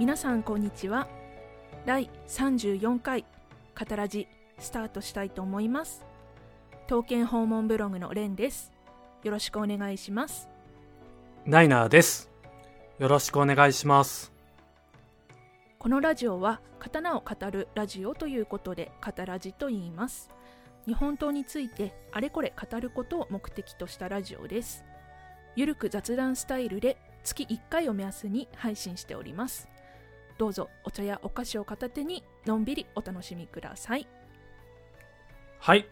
皆さんこんにちは。第34回カタラジスタートしたいと思います。刀剣訪問ブログのレンです。よろしくお願いします。 ナイナーです。よろしくお願いします。 このラジオは刀を語るラジオということでカタラジと言います。日本刀についてあれこれ語ることを目的としたラジオです。ゆるく雑談スタイルで月1回を目安に配信しております。どうぞお茶やお菓子を片手にのんびりお楽しみください。 はい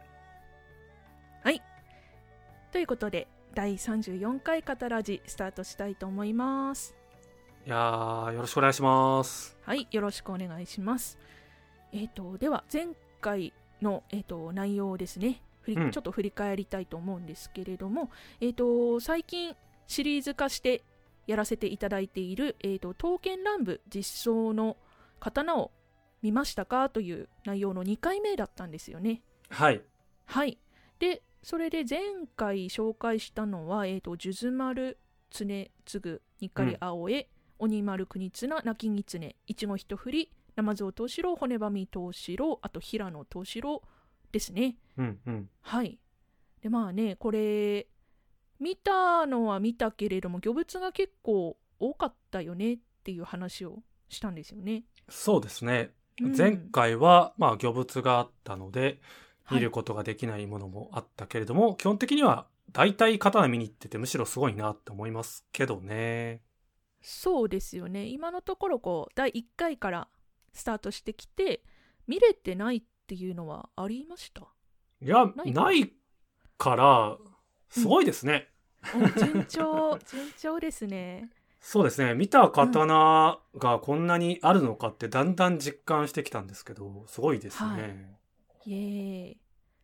ということで第34回カタラジスタートしたいと思います。 いやー、よろしくお願いします。 はい、よろしくお願いします。では前回の、内容をですね、ちょっと振り返りたいと思うんですけれども、最近シリーズ化してやらせていただいている、刀剣乱舞実装の刀を見ましたかという内容の2回目だったんですよね。 はいでそれで前回紹介したのは、数珠丸常次にっかり青江、鬼丸国綱泣き狐いちご一振り生蔵藤四郎骨ばみ藤四郎あと平野藤四郎ですね。はいでまあね、これ見たのは見たけれども魚物が結構多かったよねっていう話をしたんですよね。 そうですね、前回は魚物があったので見ることができないものもあったけれども、基本的には大体刀見に行っててむしろすごいなって思いますけどね。 そうですよね。今のところ第1回からスタートしてきて見れてないっていうのはありました？ いや、ないからすごいですね、 順調ですね。 そうですね、見た刀がこんなにあるのかってだんだん実感してきたんですけど、すごいですね。 イエーイ。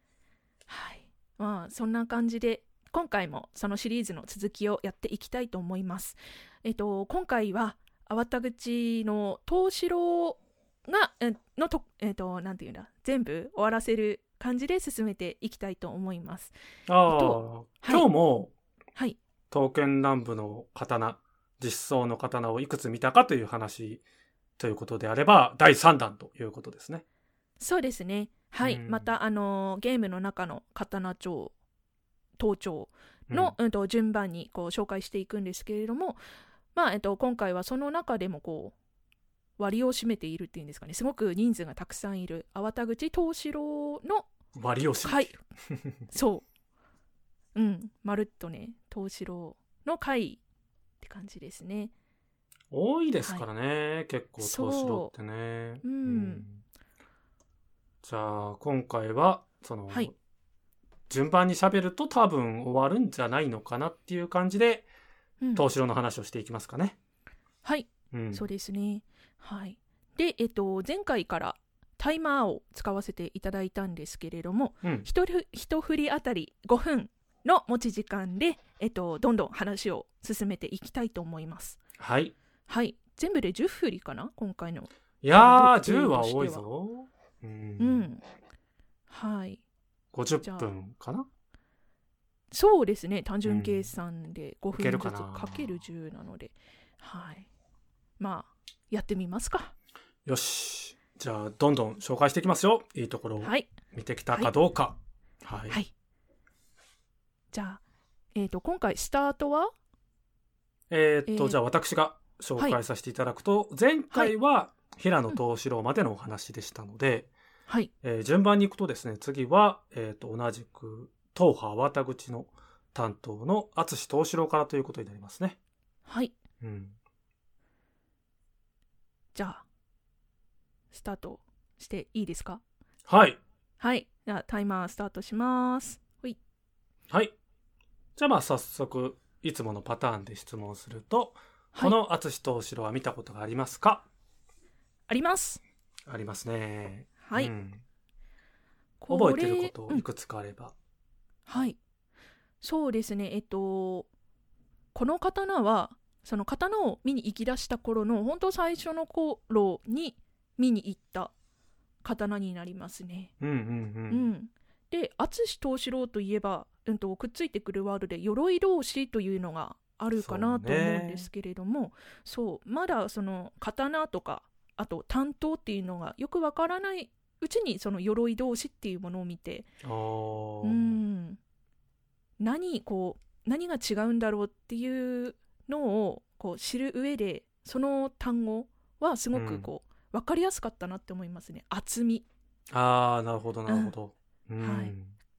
そんな感じで今回もそのシリーズの続きをやっていきたいと思います。今回は粟田口の藤四郎がなんていうんだ、全部終わらせる感じで進めていきたいと思います。 今日もはい刀剣乱舞の刀、実装の刀をいくつ見たかという話ということであれば第3弾ということですね。 そうですね。またゲームの中の刀帳刀帳の、順番に紹介していくんですけれども、今回はその中でも割を占めているっていうんですかね、すごく人数がたくさんいる粟田口藤四郎の割を占めているそうまるっとね藤四郎の回って感じですね。 多いですからね、結構藤四郎ってね。じゃあ今回はその、順番に喋ると多分終わるんじゃないのかなっていう感じで、藤四郎の話をしていきますかね。 そうですね。で、前回からタイマーを使わせていただいたんですけれども、一振りあたり5分の持ち時間で、どんどん話を進めていきたいと思います。全部で10振りかな今回の。 いやー、10は多いぞ。50分かな。 そうですね、単純計算で5分ずつかける10なので、やってみますか。 よし、じゃあどんどん紹介していきますよ。いいところを見てきたかどうか。 じゃあ、今回スタートはじゃあ私が紹介させていただくと、前回は平野藤四郎までのお話でしたので、順番に行くとですね、次は、同じく当派粟田口の担当の敦藤四郎からということになりますね。 じゃあスタートしていいですか？じゃあタイマースタートします。じゃあ早速いつものパターンで質問すると、この敦藤四郎は見たことがありますか？ あります。 ありますね。 覚えてることいくつかあれば。 そうですね、この刀はその刀を見に行き出した頃の本当最初の頃に見に行った刀になりますね。で敦藤四郎といえば、くっついてくるワードで鎧同士というのがあるかなと思うんですけれども、そうまだその刀とかあと短刀っていうのがよくわからないうちにその鎧同士っていうものを見て、何が違うんだろうっていうのをこう知る上で、その単語はすごく分かりやすかったなって思いますね。厚み。 なるほどなるほど、 はい、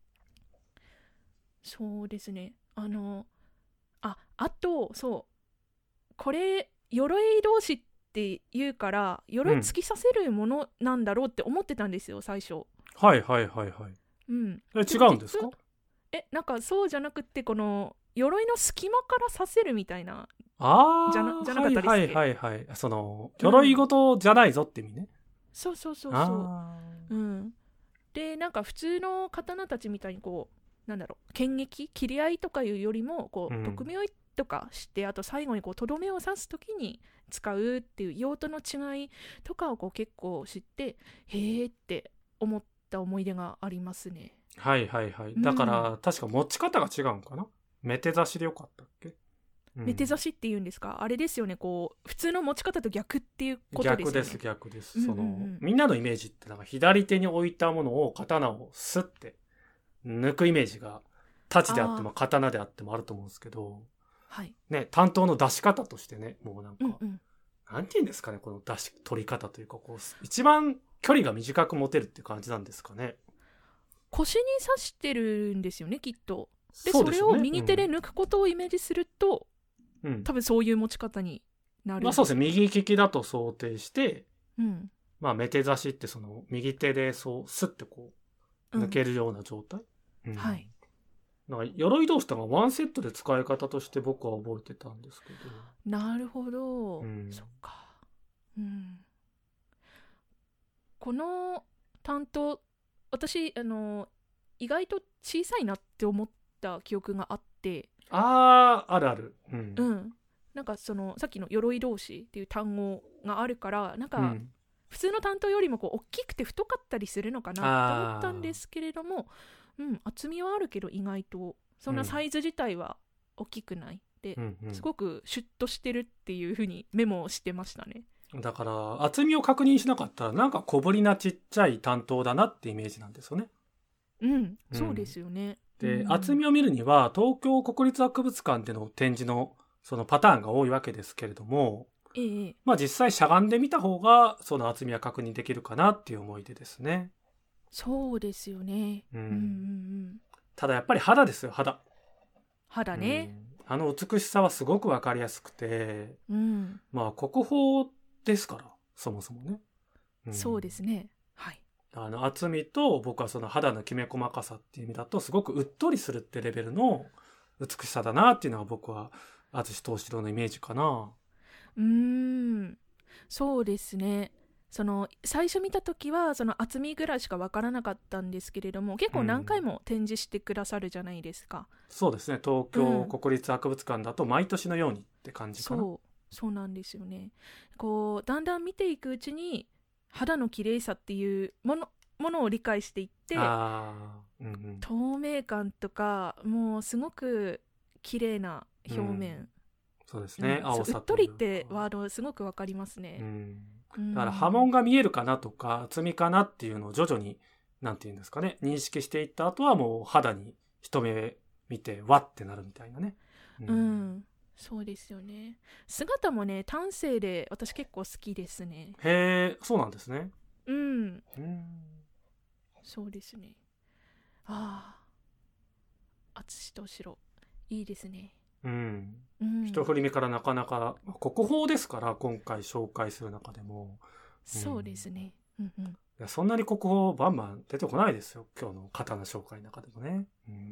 そうですね。あとそうこれ鎧同士って言うから鎧突き刺せるものなんだろうって思ってたんですよ、最初。 はいはいはいはい。違うんですか？ なんかそうじゃなくて、この鎧の隙間から刺せるみたいなじゃなかったですっけ？ はいはいはい。その鎧ごとじゃないぞって意味ね。 そうそうそうそう。でなんか普通の刀たちみたいにこうなんだろう、剣撃切り合いとかいうよりもこう匿名とかして、あと最後にこうとどめを刺すときに使うっていう用途の違いとかをこう結構知って、へーって思った思い出がありますね。 はいはいはい。だから、確か持ち方が違うんかな。メテ刺しでよかったっけ？ メテ刺しって言うんですか？あれですよね、こう普通の持ち方と逆っていうことですよね。 逆です。そのみんなのイメージってなんか左手に置いたものを刀をスッて抜くイメージが太刀であっても刀であってもあると思うんですけど、ね、担当の出し方としてね、もうなんか、なんていうんですかね、この取り方というか、こう一番距離が短く持てるっていう感じなんですかね。 腰に刺してるんですよね、きっと。でそれを右手で抜くことをイメージすると、多分そういう持ち方になる。 そうですね、右利きだと想定して、メテ刺しってその右手でそうスッてこう抜けるような状態。はい。なんか鎧同士とかワンセットで使い方として僕は覚えてたんですけど。 なるほど、そっか。この担当、私意外と小さいなって思った記憶があって。 あるある。 なんかそのさっきの鎧同士っていう単語があるから、なんか普通の担当よりもこう大きくて太かったりするのかなと思ったんですけれども、厚みはあるけど意外とそんなサイズ自体は大きくないで、すごくシュッとしてるっていう風にメモしてましたね。 だから厚みを確認しなかったらなんか小ぶりなちっちゃい担当だなってイメージなんですよね。 そうですよね。 で、厚みを見るには東京国立博物館での展示のそのパターンが多いわけですけれども、実際しゃがんでみた方がその厚みは確認できるかなっていう思い出ですね。 そうですよね。 ただやっぱり肌ですよ、肌ね。 美しさはすごく分かりやすくて、国宝ですから、そもそもね。 そうですね。はい。 厚みと僕はその肌のきめ細かさっていう意味だとすごくうっとりするってレベルの美しさだなっていうのが僕は敦藤四郎のイメージかな。 そうですね。その最初見た時はその厚みぐらいしか分からなかったんですけれども、結構何回も展示してくださるじゃないですか。 そうですね、東京国立博物館だと毎年のようにって感じかな。 そうなんですよね。こうだんだん見ていくうちに肌の綺麗さっていうものを理解していって、透明感とかもうすごく綺麗な表面、 そうですね、青さというかうっとりってワードすごくわかりますね。 だから波紋が見えるかなとか厚みかなっていうのを徐々になんていうんですかね、認識していった後はもう肌に一目見てわってなるみたいなね。 そうですよね。姿もね端正で私結構好きですね。 へえ、そうなんですね。 そうですね。敦藤四郎いいですね。 一振り目からなかなか国宝ですから、今回紹介する中でも。 そうですね。 いやそんなに国宝バンバン出てこないですよ、今日の刀紹介の中でもね。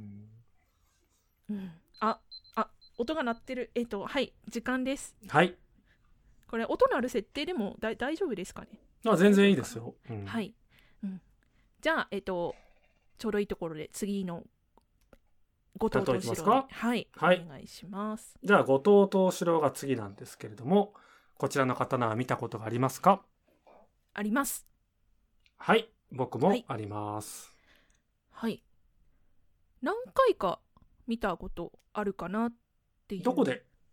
音が鳴ってる。はい、時間です。 はい。 これ音のある設定でも大丈夫ですかね？ 全然いいですよ。 はい。じゃあちょうどいいところで次の後藤藤四郎、はい、お願いします。 じゃあ後藤藤四郎が次なんですけれども、こちらの刀は見たことがありますか？ あります。 はい、僕もあります。 はい。何回か見たことあるかなっていう。 どこで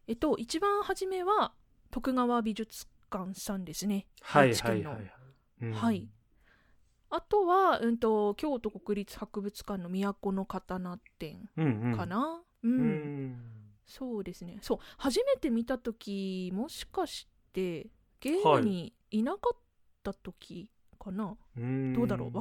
一番初めは徳川美術館さんですね。 はい愛知県の。 はいはいはい。 はい。あとは、京都国立博物館の都の刀展かな。そうですね。そう、初めて見た時、もしかしてゲームにいなかった時かな。どうだろう。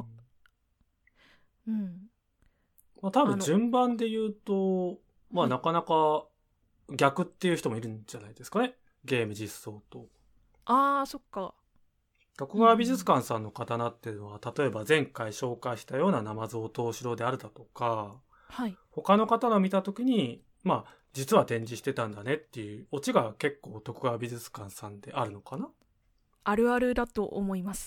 まあ、多分順番で言うと、まあなかなか逆っていう人もいるんじゃないですかね。ゲーム実装と。 ああ、そっか。 徳川美術館さんの刀っていうのは、例えば前回紹介したような生像東四郎であるだとか、 はい、 他の刀を見たときに、まあ実は展示してたんだねっていうオチが結構徳川美術館さんであるのかな。 あるあるだと思います。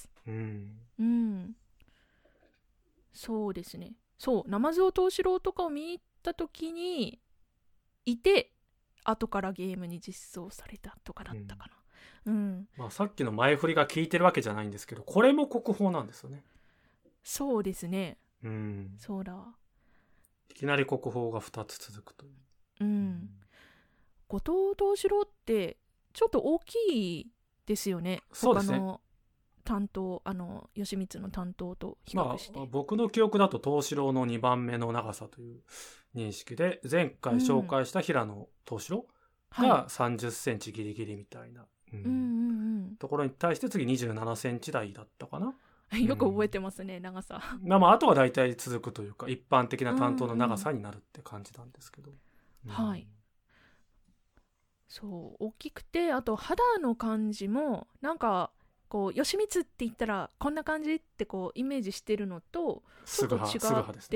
そうですね。そう、生像東四郎とかを見に行った時にいて、後からゲームに実装されたとかだったかな。 まあ、さっきの前振りが効いてるわけじゃないんですけど、これも国宝なんですよね。 そうですね。そうだ。 いきなり国宝が2つ続くという。 後藤東四郎ってちょっと大きいですよね。 そうですね。 他の担当、義満の担当と比較して。 まあ、僕の記憶だと東四郎の2番目の長さという認識で、前回紹介した平野東四郎が30センチギリギリみたいな、ところに対して次27センチ台だったかな。 よく覚えてますね、長さ。 まああとは大体続くというか、一般的な担当の長さになるって感じなんですけど。 はい。そう、大きくて、あと肌の感じもなんかこう義満って言ったらこんな感じってこうイメージしてるのとちょっと違って、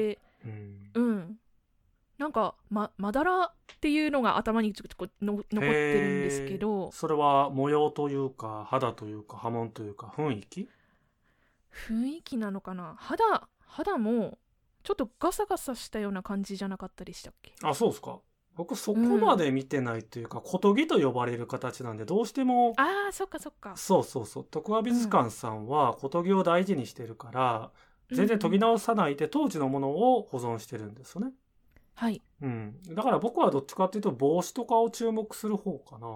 なんかまだらっていうのが頭にちょっと残ってるんですけど、 それは模様というか肌というか刃文というか雰囲気なのかな。肌もちょっとガサガサしたような感じじゃなかったでしたっけ？ あ、そうですか。僕そこまで見てないというか、ことぎと呼ばれる形なんで、どうしても、 そっかそう徳川美術館さんはことぎを大事にしてるから、全然研ぎ直さないで当時のものを保存してるんですよね。 はい。 だから僕はどっちかっていうと帽子とかを注目する方かな。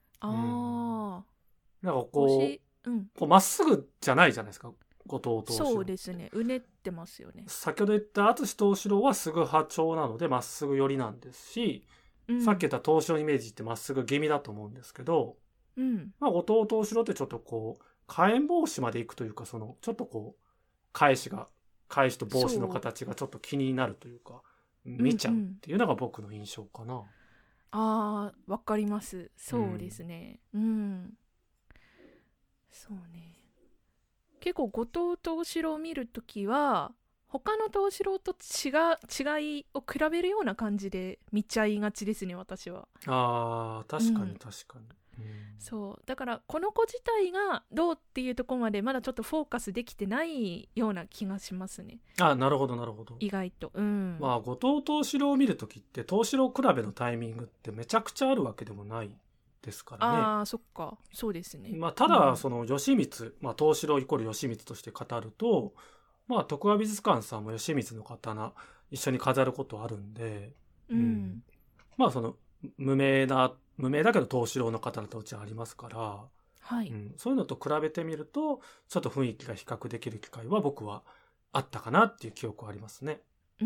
なんかこうまっすぐじゃないじゃないですか、後藤東四郎。 そうですね、うねってますよね。 先ほど言った淳東四郎はすぐ波長なのでまっすぐ寄りなんですし、さっき言った東四郎のイメージってまっすぐ気味だと思うんですけど、まあ後藤東四郎ってちょっとこう火炎帽子までいくというか、そのちょっとこう返しと帽子の形がちょっと気になるというか、見ちゃうっていうのが僕の印象かな。 わかります。そうですね。そうね。結構後藤東四郎を見るときは他の東四郎と違いを比べるような感じで見ちゃいがちですね、私は。 確かに確かに。 そうだからこの子自体がどうっていうところまでまだちょっとフォーカスできてないような気がしますね。 なるほどなるほど。 意外とまあ後藤東四郎を見るときって東四郎比べのタイミングってめちゃくちゃあるわけでもないですからね。 そっか、そうですね。 まあただその義満、東四郎イコール義満として語ると、まあ徳川美術館さんも義満の刀一緒に飾ることあるんで、まあその無名だけど東四郎の刀とうちありますから、そういうのと比べてみるとちょっと雰囲気が比較できる機会は僕はあったかなっていう記憶はありますね。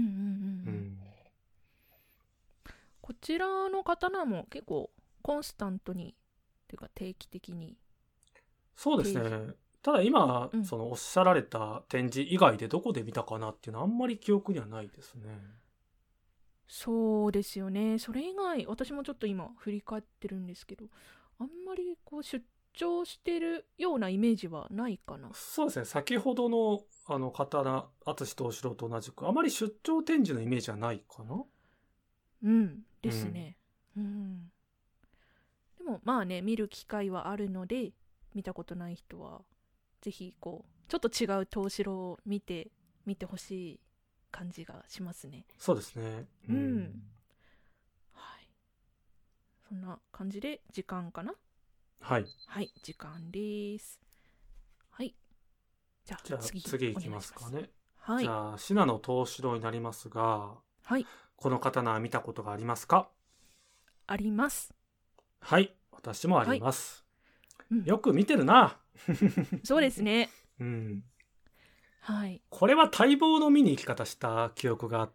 こちらの刀も結構コンスタントにというか定期的に。 そうですね。ただ今、そのおっしゃられた展示以外でどこで見たかなっていうのはあんまり記憶にはないですね。 そうですよね。それ以外私もちょっと今振り返ってるんですけど、あんまりこう出張してるようなイメージはないかな。 そうですね。先ほどの刀淳東四郎と同じくあまり出張展示のイメージはないかな。 ですね。でもまあね、見る機会はあるので、見たことない人はぜひこうちょっと違う東四郎を見てほしい感じがしますね。 そうですね。 はい。そんな感じで時間かな。 はい。 時間です。はい。じゃあ次いきますかね。 じゃあ信濃東四郎になりますが、この刀は見たことがありますか？ あります。 はい、私もあります。 はい、 よく見てるな。 そうですね。 うん。 はい。 これは待望の見に行き方した記憶があって。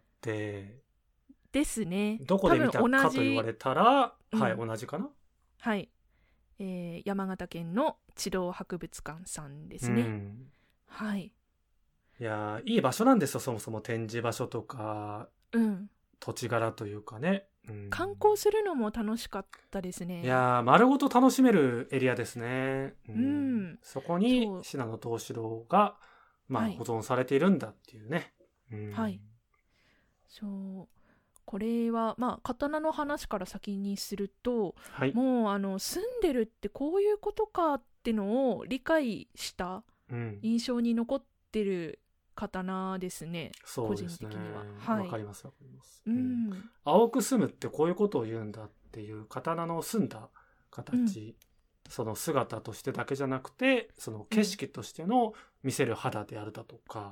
ですね。 どこで見たかと言われたら、はい、同じかな。 はい。山形県の児童博物館さんですね。はい。 いやいい場所なんですよ、そもそも展示場所とか、土地柄というかね。 観光するのも楽しかったですね。 いや丸ごと楽しめるエリアですね。そこに信濃藤四郎が、保存されているんだっていうね。 はい。そうこれは刀の話から先にすると、 はい、 もう住んでるってこういうことかってのを理解した印象に残ってる刀ですね。 そうですね、 個人的には。 わかりますわかります。青く澄むってこういうことを言うんだっていう刀の澄んだ形、その姿としてだけじゃなくて、その景色としての見せる肌であるだとか、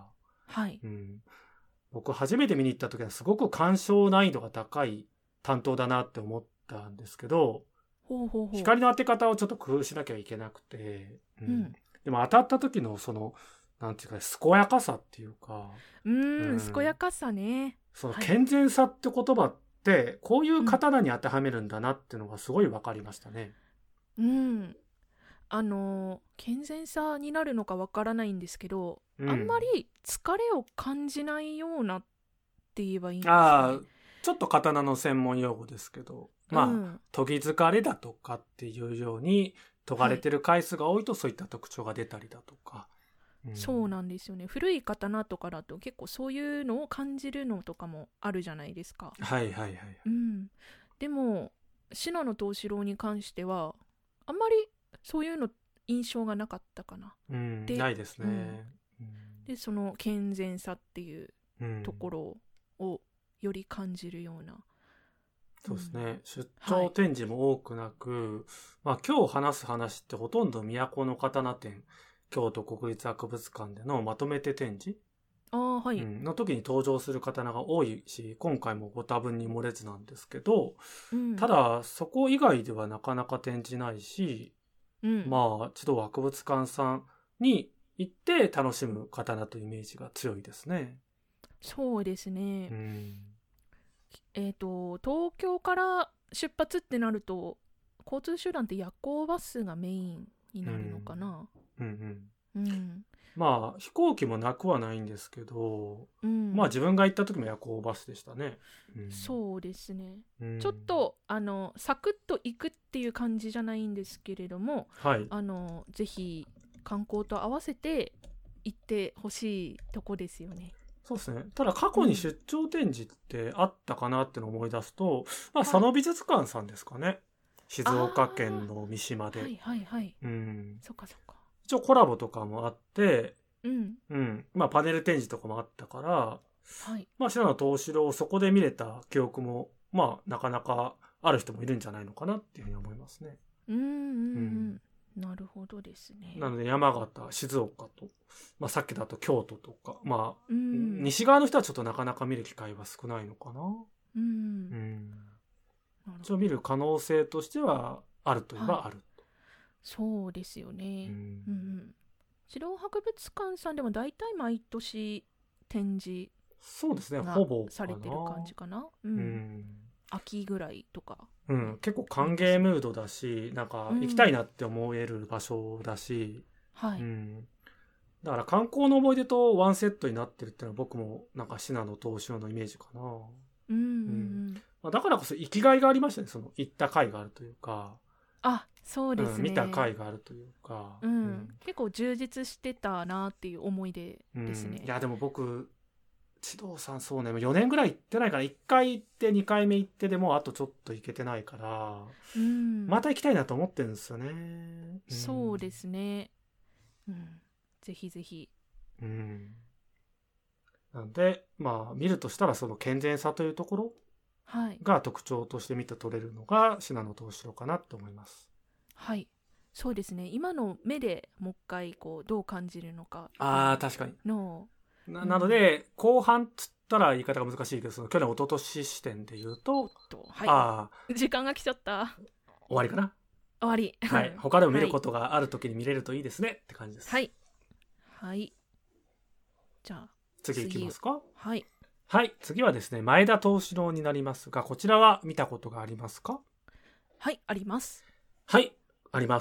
僕初めて見に行った時はすごく鑑賞難易度が高い担当だなって思ったんですけど、光の当て方をちょっと工夫しなきゃいけなくて、でも当たった時のそのなんていうか健やかさっていうか、 健やかさね。 その健全さって言葉ってこういう刀に当てはめるんだなっていうのがすごい分かりましたね。 健全さになるのかわからないんですけど、あんまり疲れを感じないようなって言えばいいんですかね。 ちょっと刀の専門用語ですけど、研ぎ疲れだとかっていうように研がれてる回数が多いとそういった特徴が出たりだとか、 そうなんですよね。古い刀とかだと結構そういうのを感じるのとかもあるじゃないですか。でも信濃藤四郎に関してはあんまりそういうの印象がなかったかな。 ないですね。 でその健全さっていうところをより感じるような。 そうですね。出張展示も多くなく、今日話す話ってほとんど都の刀展、京都国立博物館でのまとめて展示の時に登場する刀が多いし、今回もご多分に漏れずなんですけど、ただそこ以外ではなかなか展示ないし、児童博物館さんに行って楽しむ刀というイメージが強いですね。 そうですね。東京から出発ってなると交通手段って夜行バスがメインになるのかな。 飛行機もなくはないんですけど、自分が行った時も夜行バスでしたね。 そうですね。ちょっとサクッと行くっていう感じじゃないんですけれども、ぜひ観光と合わせて行ってほしいとこですよね。 そうですね。ただ過去に出張展示ってあったかなってのを思い出すと、佐野美術館さんですかね。静岡県の三島で。そっかそっか。一応コラボとかもあって、パネル展示とかもあったから、信濃藤四郎をそこで見れた記憶もなかなかある人もいるんじゃないのかなっていうふうに思いますね。 なるほどですね。 なので山形、静岡と、さっきだと京都とか、西側の人はちょっとなかなか見る機会は少ないのかな。一応見る可能性としてはあるといえばある。 そうですよね。児童博物館さんでも大体毎年展示がされてる感じかな。秋ぐらいとか。 結構歓迎ムードだし、なんか行きたいなって思える場所だし、だから観光の思い出とワンセットになってるっていうのは僕もなんか信濃藤四郎のイメージかな。だからこそ生きがいがありましたね。その行った甲斐があるというか。 そうですね。 見た甲斐があるというか、 結構充実してたなっていう思い出ですね。 いやでも僕千堂さんそうね4年ぐらい行ってないから1回行って2回目行ってでもあとちょっと行けてないから、また行きたいなと思ってるんですよね。 そうですね。ぜひぜひ。 なんで見るとしたらその健全さというところが特徴として見て取れるのが信濃藤四郎かなと思います。 そうですね。今の目でもう一回こうどう感じるのか確かにのなので後半つったら言い方が難しいけど、その去年一昨年視点で言うと、 時間が来ちゃった。 終わりかな。 終わり。 はい。他でも見ることがあるときに見れるといいですねって感じです。 はい。はい。じゃあ次いきますか。 はい。 はい。次はですね、前田藤四郎になりますが、こちらは見たことがありますか？ はい、あります。 はい、あります。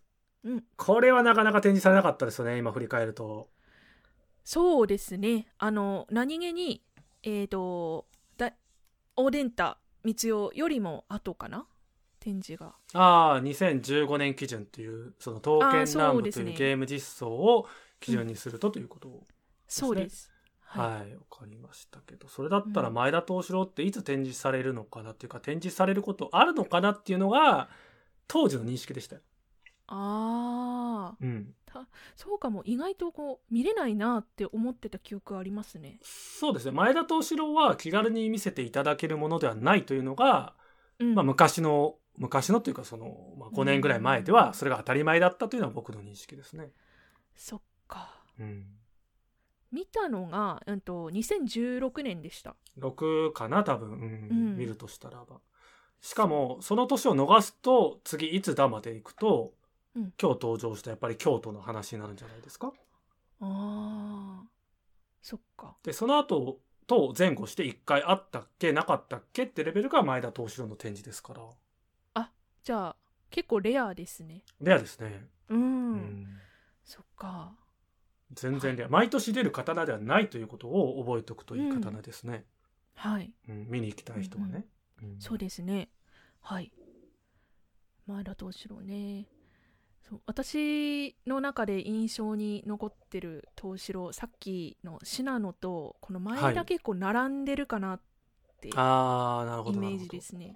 うん。 これはなかなか展示されなかったですよね、今振り返ると。 そうですね。何気に、オーデンタ光代よりも後かな、展示が。 ああ、2015年基準という、その刀剣乱舞というゲーム実装を基準にするとということですね。 そうです。 はい、わかりましたけど、それだったら前田藤四郎っていつ展示されるのかなっていうか、展示されることあるのかなっていうのが当時の認識でしたよ。 ああ、うん、そうかも。意外とこう見れないなって思ってた記憶ありますね。 そうですね。前田藤四郎は気軽に見せていただけるものではないというのが、まあ昔のというかその、5年ぐらい前ではそれが当たり前だったというのは僕の認識ですね。 そっか。 うん。 見たのが、2016年でした。 6かな多分、見るとしたらば。しかもその年を逃すと次いつだまで行くと、今日登場したやっぱり京都の話になるんじゃないですか。 ああ、そっか。 でその後と前後して1回あったっけなかったっけってレベルが前田藤四郎の展示ですから。 あ、じゃあ結構レアですね。 レアですね。 そっか。 全然レア、毎年出る刀ではないということを覚えておくといい刀ですね。 はい、 見に行きたい人はね。 そうですね。はい。前田藤四郎ね。私の中で印象に残ってる藤四郎、さっきの信濃とこの前田結構並んでるかなってイメージですね。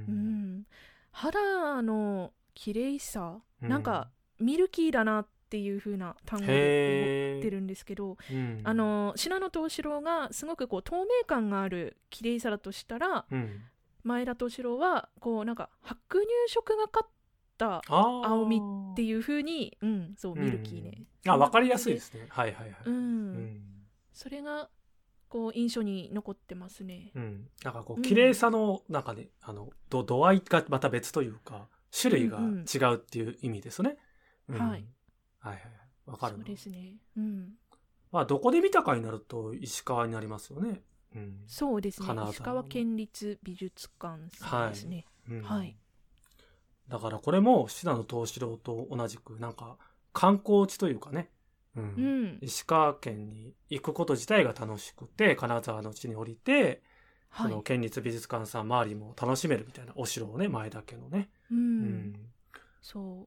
肌の綺麗さ、なんかミルキーだなっていう風な単語で思ってるんですけど、信濃藤四郎がすごくこう透明感がある綺麗さだとしたら、前田藤四郎はこうなんか白乳色がかった青みっていう風に、そうミルキーね。 わかりやすいですね。はいはいはい。 それがこう印象に残ってますね。 なんかこう綺麗さの中で度合いがまた別というか種類が違うっていう意味ですね。はいはい、わかる。 そうですね。 まあどこで見たかになると石川になりますよね。 そうですね。石川県立美術館さんですね。はい。 だからこれも信濃藤四郎と同じくなんか観光地というかね、石川県に行くこと自体が楽しくて、金沢の地に降りて、その県立美術館さん周りも楽しめるみたいなお城をね、前田家のね。 そう。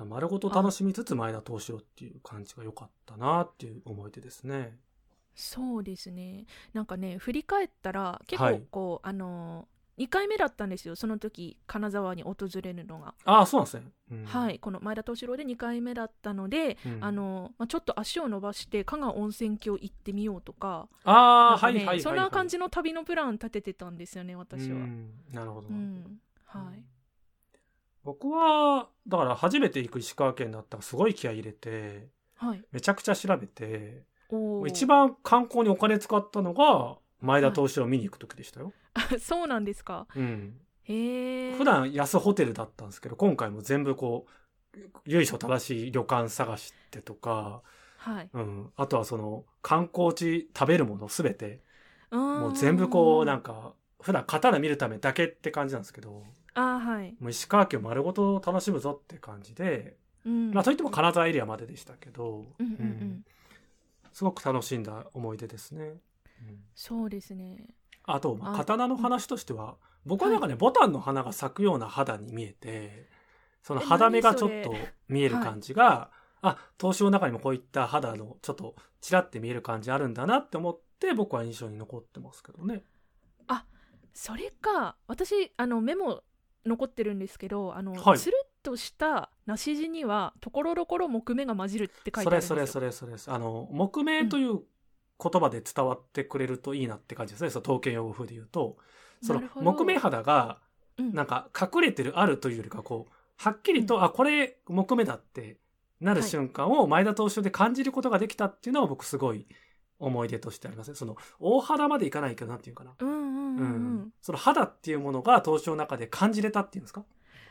丸ごと楽しみつつ前田藤四郎っていう感じが良かったなっていう思い出ですね。 そうですね。なんかね、振り返ったら結構こう、2回目だったんですよ、その時金沢に訪れるのが。 そうなんですね。 はい、この前田藤四郎で2回目だったので、ちょっと足を伸ばして加賀温泉郷行ってみようとか、そんな感じの旅のプラン立ててたんですよね、私は。 なるほど。 はい。 僕はだから初めて行く石川県だったらすごい気合い入れて、めちゃくちゃ調べて、一番観光にお金使ったのが前田藤四郎見に行く時でしたよ。 そうなんですか。 へえ。普段安ホテルだったんですけど、今回も全部こう由緒正しい旅館探してとか、あとはその観光地食べるものすべてもう全部こうなんか普段刀見るためだけって感じなんですけど、もう石川県丸ごと楽しむぞって感じで、まあといっても金沢エリアまででしたけど、すごく楽しんだ思い出ですね。 そうですね。 あと刀の話としては、僕はなんかね、ボタンの花が咲くような肌に見えて、その肌目がちょっと見える感じが、東証の中にもこういった肌のちょっとちらって見える感じあるんだなって思って僕は印象に残ってますけどね。 それか。私メモ残ってるんですけど、つるっとした梨地にはところどころ木目が混じるって書いてあるんですよ。 それ木目という言葉で伝わってくれるといいなって感じですね。その刀剣用語風で言うと、その木目肌がなんか隠れてるあるというよりか、こうはっきりと、これ木目だってなる瞬間を前田藤四郎で感じることができたっていうのは僕すごい思い出としてありますね。その大肌までいかないけどなんていうかな、その肌っていうものが藤四郎の中で感じれたっていうんですか。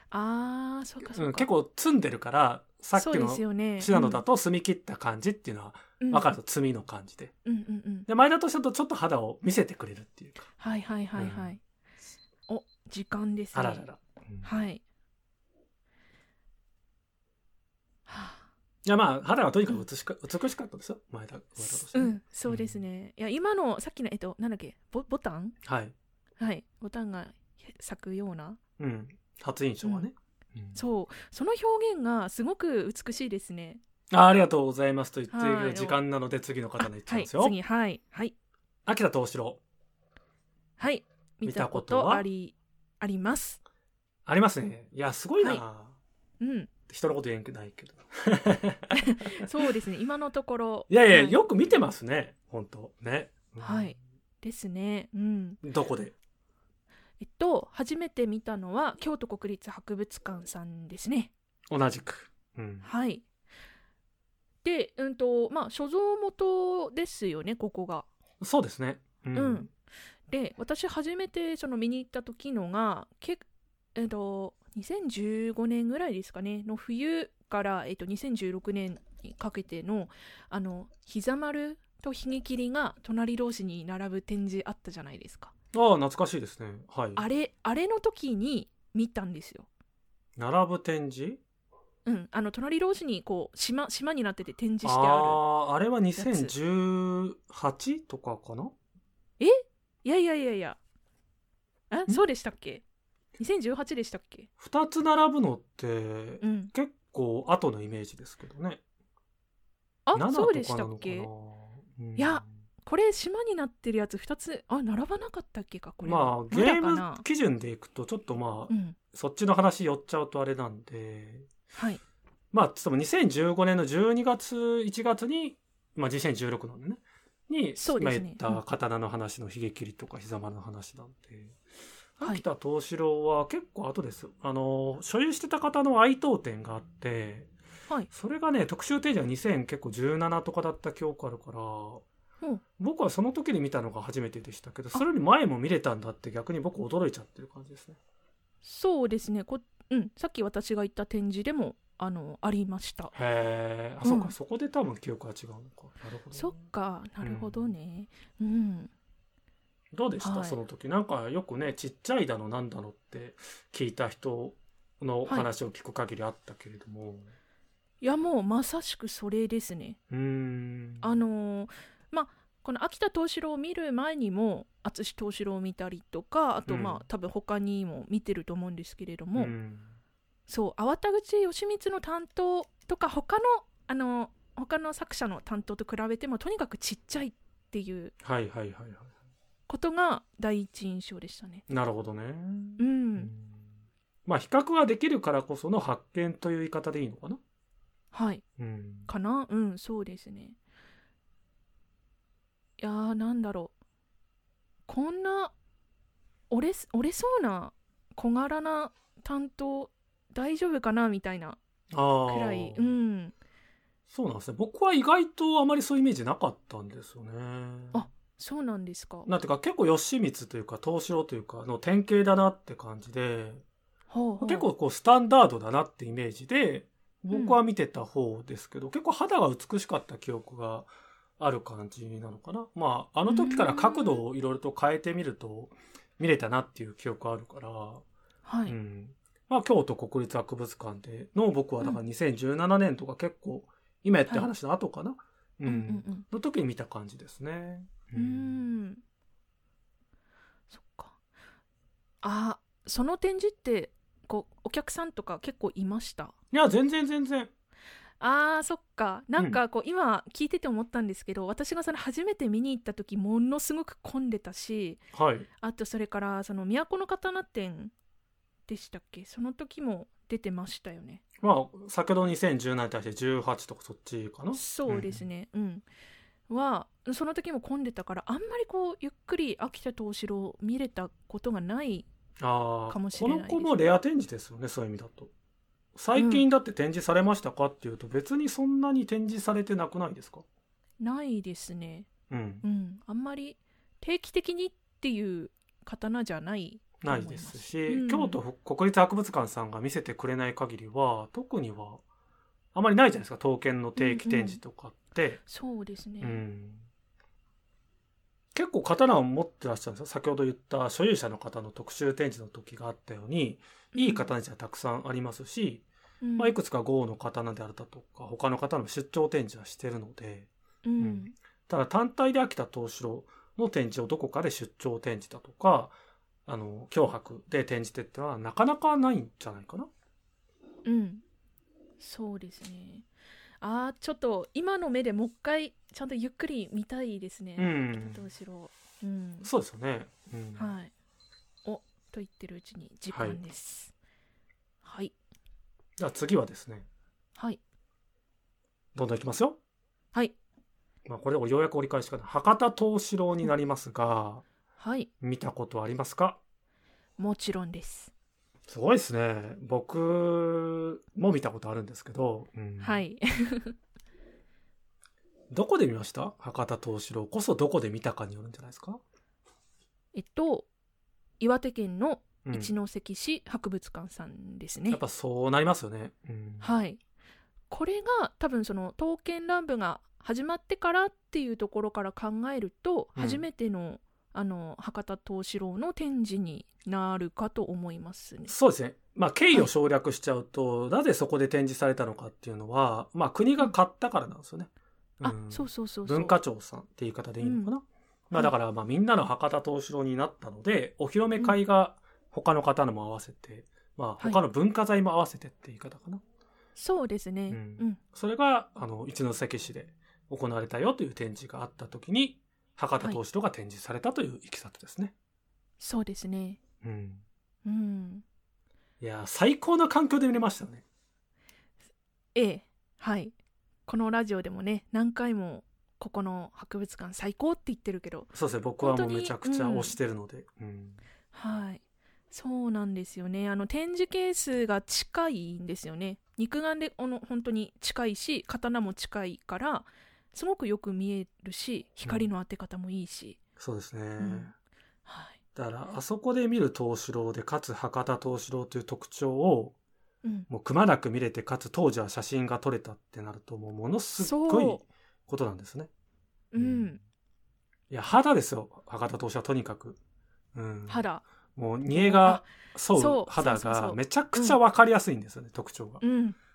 ああ、そうかそうか、 結構積んでるから、さっきのシナノだと澄み切った感じっていうのは分かると、摘みの感じで、で前田としてとちょっと肌を見せてくれるっていうか。 はいはいはいはい、お、時間ですね。 あららら、 はい。 いやまあ肌がとにかく美しかったですよ、前田として、 そうですね。いや今のさっきのなんだっけ、ボタン、はいボタンが咲くような、 初印象はね、 その表現がすごく美しいですね。 ありがとうございますと言っている時間なので、次の方に行っちゃいますよ。 次、はい秋田藤四郎、 見たことあります。 ありますね。いやすごいな、人のこと言えんくないけどそうですね、今のところ。 いや、よく見てますね、本当ね。 ですね。 どこで？ 初めて見たのは京都国立博物館さんですね。 同じく。 で、まあ所蔵元ですよね、ここが。 そうですね。 で、私初めて見に行った時のが2015年ぐらいですかねの冬から、2016年にかけての膝丸とひげ切りが隣同士に並ぶ展示あったじゃないですか。 懐かしいですね。 あれの時に見たんですよ。 並ぶ展示？ 隣同士にこう島になってて展示してある。 あれは2018とかかな？ いや、そうでしたっけ？2018でしたっけ ？2つ並ぶのって、結構後のイメージですけどね。 そうでしたっけ？いや、これ島になってるやつ2つ並ばなかったっけか、これ。 まあゲーム基準でいくとちょっとそっちの話寄っちゃうとあれなんで、まあちょっと2015年の12月1月に、2016年ねに今言った刀の話のひげ切りとか膝丸の話なんで、秋田藤四郎は結構後です。所有してた方の愛当店があって、それがね特集展示は2017とかだった記憶あるから、僕はその時に見たのが初めてでしたけど、それより前も見れたんだって逆に僕驚いちゃってる感じですね。 そうですね。さっき私が言った展示でもありました。 へえ、そうか、そこで多分記憶が違うのか。なるほど。 そっか、なるほどね。 どうでした、その時。なんかよくね、ちっちゃいだのなんだのって聞いた人の話を聞く限りあったけれども、 いやもうまさしくそれですね。この秋田藤四郎を見る前にも敦藤四郎を見たりとか、あと多分他にも見てると思うんですけれども、粟田口義満の担当とか他の作者の担当と比べてもとにかくちっちゃいっていうことが第一印象でしたね。 なるほどね。まあ比較はできるからこその発見という言い方でいいのかな。かな。 そうですね。いやー、なんだろう、こんな折れそうな小柄な担当大丈夫かなみたいなくらい。 そうなんですね。僕は意外とあまりそういうイメージなかったんですよね。 そうなんですか。 なんていうか結構義満というか藤四郎というかの典型だなって感じで、結構こうスタンダードだなってイメージで僕は見てた方ですけど、結構肌が美しかった記憶がある感じなのかな。あの時から角度をいろいろと変えてみると見れたなっていう記憶あるから、京都国立博物館での僕はだから2017年とか結構今やって話の後かな、の時に見た感じですね。 そっか。その展示ってお客さんとか結構いました？ いや全然。 そっか。なんか今聞いてて思ったんですけど、私が初めて見に行った時ものすごく混んでたし、あとそれから都の刀展でしたっけ、その時も出てましたよね。 先ほど2017に対して18とかそっちかな。 そうですね。その時も混んでたから、あんまりゆっくり秋田藤四郎見れたことがないかもしれないです。 この子もレア展示ですよね、そういう意味だと。最近だって展示されましたかっていうと、別にそんなに展示されてなくないですか？ ないですね。あんまり定期的にっていう刀じゃないと思います。 ないですし、京都国立博物館さんが見せてくれない限りは特にはあまりないじゃないですか、刀剣の定期展示とかって、 そうですね、 結構刀を持ってらっしゃるんですよ。先ほど言った所有者の方の特集展示の時があったように、いい刀はたくさんありますし、いくつか豪の刀であるだとか他の方の出張展示はしてるので、ただ単体で秋田藤四郎の展示をどこかで出張展示だとか脅迫で展示ってってのはなかなかないんじゃないかな。 そうですね。ちょっと今の目でもう一回ちゃんとゆっくり見たいですね、秋田藤四郎。 そうですよね。 はい。と言ってるうちに時間です。はい。 じゃあ次はですね。 はい。 どんどんいきますよ。 はい。 これをようやく折り返しかな。博多藤四郎になりますが、 はい。 見たことありますか？ もちろんです。 すごいですね。僕も見たことあるんですけど、 はい。 どこで見ました？博多藤四郎こそどこで見たかによるんじゃないですか？ 岩手県の一関市博物館さんですね。 やっぱそうなりますよね。 はい。これが多分その刀剣乱舞が始まってからっていうところから考えると、初めての博多藤四郎の展示になるかと思いますね。 そうですね。経緯を省略しちゃうと、なぜそこで展示されたのかっていうのは、国が買ったからなんですよね。 そう文化庁さんって言い方でいいのかな。だからみんなの博多藤四郎になったので、お披露目会が他の方のも合わせて、他の文化財も合わせてって言い方かな。 そうですね。 それが一関市で行われたよという展示があった時に、博多藤四郎が展示されたといういきさつですね。 そうですね。 いや最高な環境で見れましたね。 はい。このラジオでもね、何回もここの博物館最高って言ってるけど、 そうですね、僕はもうめちゃくちゃ推してるので、 はい、そうなんですよね。展示ケースが近いんですよね。肉眼で本当に近いし、刀も近いからすごくよく見えるし、光の当て方もいいし、 そうですね、だからあそこで見る藤四郎でかつ博多藤四郎という特徴を、もうくまなく見れて、かつ当時は写真が撮れたってなると、ものすごいことなんですね。いや肌ですよ、博多藤四郎はとにかく、 肌、 もう煮えが沿う肌がめちゃくちゃ分かりやすいんですよね、特徴が。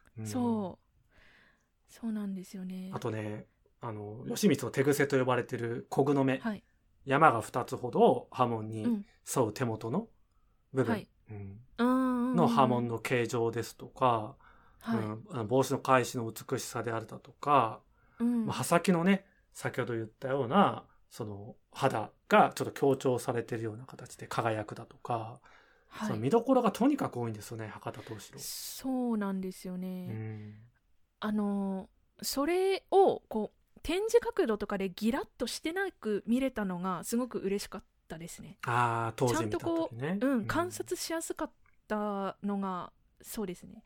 そうなんですよね。 あとね、義満の手癖と呼ばれてる小具の目、山が2つほど刃文に沿う手元の部分、の刃文の形状ですとか、帽子の返しの美しさであるだとか、刃先のね、先ほど言ったようなその肌がちょっと強調されてるような形で輝くだとか、その見どころがとにかく多いんですよね、博多藤四郎。 そうなんですよね。それを展示角度とかでギラッとしてなく見れたのがすごく嬉しかったですね。 当時見た時ね、 ちゃんと観察しやすかったのがそうですね。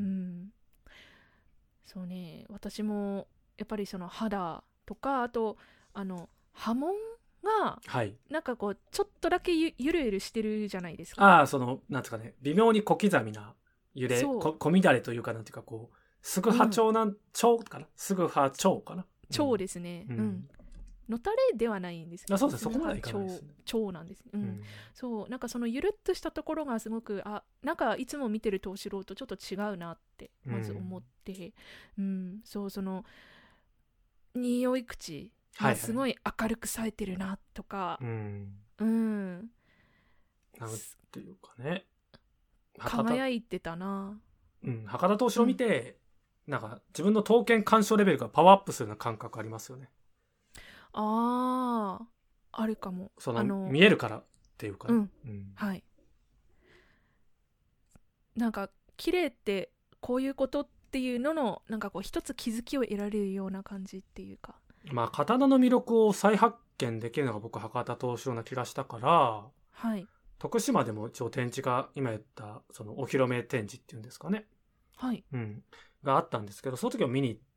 そうね、私もやっぱりその肌とか、あと刃文がなんかちょっとだけゆるゆるしてるじゃないですか。 そのなんですかね、微妙に小刻みな揺れ、小乱れというか、なんていうかすぐ波長長かな、すぐ波長かな、 長ですね。のたれではないんですけど、 そうです、そこまでいかないですね。 長なんですね。そうなんかそのゆるっとしたところがすごくなんかいつも見てる藤四郎とちょっと違うなってまず思って、そうその匂い口がすごい明るく冴えてるなとか、 なんていうかね、 輝いてたな。 博多藤四郎見て、なんか自分の刀剣鑑賞レベルがパワーアップするような感覚ありますよね。 あるかも。 見えるからっていうか、 はい。なんか綺麗ってこういうことっていうののなんか一つ気づきを得られるような感じっていうか、 刀の魅力を再発見できるのが僕博多藤四郎な気がしたから、徳島でも一応展示が今言ったそのお披露目展示っていうんですかね、があったんですけど、その時を見に行って、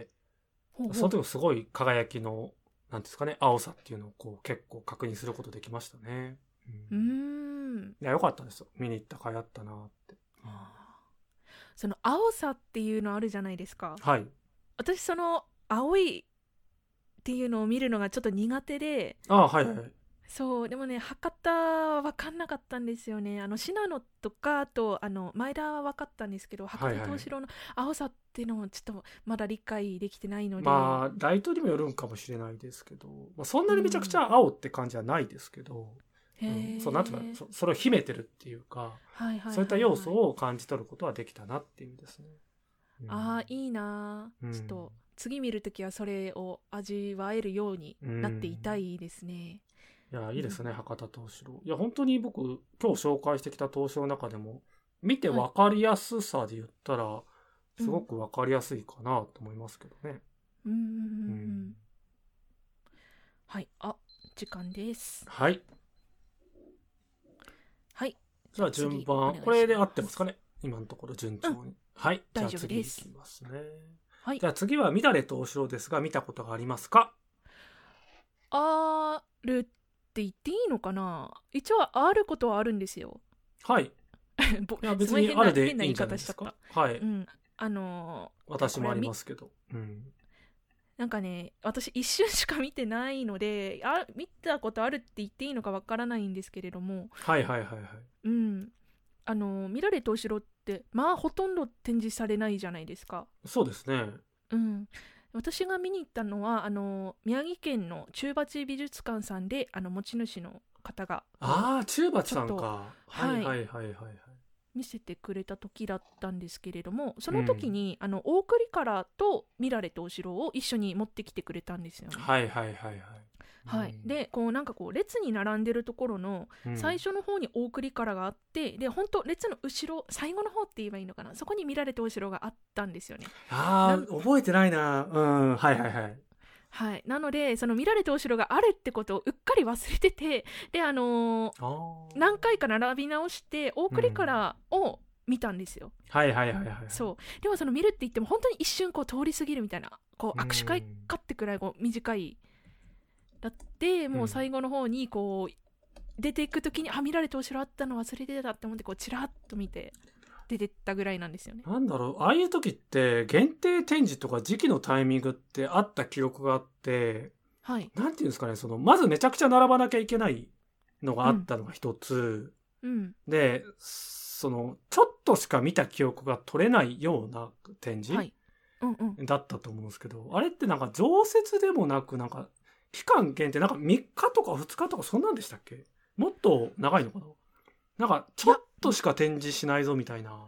その時もすごい輝きのなんですかね、青さっていうのを結構確認することできましたね。 いや、よかったですよ。見に行った甲斐あったなって。 その青さっていうのあるじゃないですか。 はい。 私その青いっていうのを見るのがちょっと苦手で。 はいはい。 そうでもね、博多は分かんなかったんですよね。信濃とか、あと前田は分かったんですけど、博多東四郎の青さっていうのもちょっとまだ理解できてないので、 まあライトにもよるんかもしれないですけど、まあ、そんなにめちゃくちゃ青って感じはないですけど、そうなんていうか、それを秘めてるっていうか、そういった要素を感じ取ることはできたなっていう意味ですね。 いいな、ちょっと次見るときはそれを味わえるようになっていたいですね。 いや、いいですね、博多東四郎。いや、本当に僕、今日紹介してきた東四郎の中でも、見て分かりやすさで言ったら、すごく分かりやすいかなと思いますけどね。 はい、時間です。 はい。 はい。 じゃあ順番、これで合ってますかね、今のところ順調に。はい。 大丈夫です。 じゃあ次いきますね。 はい。 じゃあ次は乱れ東四郎ですが、見たことがありますか？ あるって言っていいのかな。一応あることはあるんですよ。 はい。いや別にあるでいいんじゃないですか。はい。私もありますけど。 なんかね、私一瞬しか見てないので、見たことあるって言っていいのかわからないんですけれども。 はいはいはいはい。 乱れ東四郎ってまあほとんど展示されないじゃないですか。 そうですね。 私が見に行ったのは宮城県の中鉢美術館さんで持ち主の方が中鉢さんか。はいはいはいはい。 見せてくれた時だったんですけれども、その時に、大栗からと乱れ東四郎を一緒に持ってきてくれたんですよね。 はいはいはいはい。 はい、でなんか列に並んでるところの最初の方に大栗からがあって、で本当列の後ろ最後の方って言えばいいのかな、そこに乱れ東四郎があったんですよね。 覚えてないな。はいはいはい。 はい、なのでその乱れ東四郎があるってことをうっかり忘れてて、で何回か並び直して大栗からを見たんですよ。 はいはいはいはい。 そうでもその見るって言っても本当に一瞬通り過ぎるみたいな、握手会かってくらい短いだって、もう最後の方に出ていく時に見られて後ろあったの忘れてたって思ってチラッと見て出てったぐらいなんですよね。 なんだろう、ああいう時って限定展示とか時期のタイミングってあった記憶があって、 はい、 なんていうんですかね、まずめちゃくちゃ並ばなきゃいけないのがあったのが一つ、でちょっとしか見た記憶が取れないような展示、だったと思うんですけど、あれってなんか常設でもなく、なんか期間限定、なんか3日とか2日とかそんなんでしたっけ？もっと長いのかな？なんかちょっとしか展示しないぞみたいな。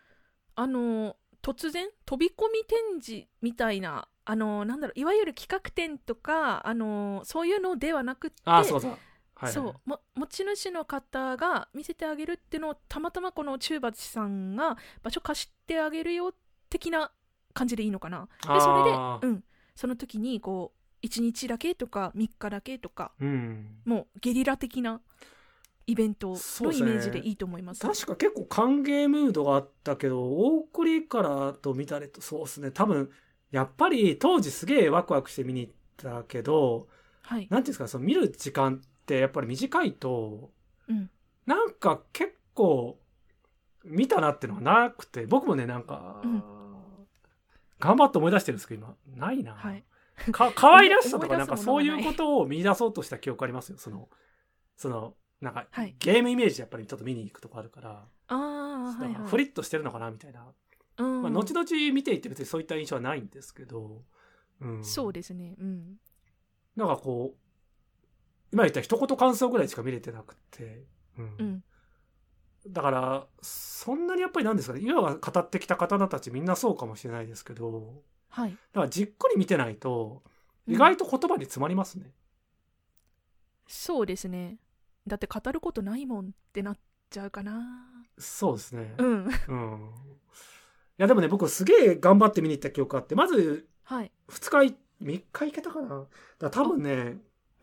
突然飛び込み展示みたいな、なんだろう、いわゆる企画展とかそういうのではなくって、持ち主の方が見せてあげるっていうのをたまたまこの中鉢さんが場所貸してあげるよ的な感じでいいのかな。でそれで、その時に1日だけとか3日だけとか、もうゲリラ的なイベントのイメージでいいと思います。 確か結構歓迎ムードがあったけど、大栗からと乱れと、そうですね、多分やっぱり当時すげえワクワクして見に行ったけど、なんていうんですか、見る時間ってやっぱり短いと、なんか結構見たなっていうのがなくて、僕もね、なんか、頑張って思い出してるんですけど今ないな。可愛らしさとかなんかそういうことを見出そうとした記憶ありますよ。なんか、ゲームイメージやっぱりちょっと見に行くとこあるから、フリッとしてるのかなみたいな。後々見ていって別にそういった印象はないんですけど、 そうですね。 なんか今言った一言感想ぐらいしか見れてなくて、だからそんなにやっぱりなんですかね、今は語ってきた方たちみんなそうかもしれないですけど、だからじっくり見てないと意外と言葉に詰まりますね。 そうですね。だって語ることないもんってなっちゃうかな。 そうですね。いやでもね、僕すげえ頑張って見に行った記憶があって、まず2日3日行けたかな。だ多分ね、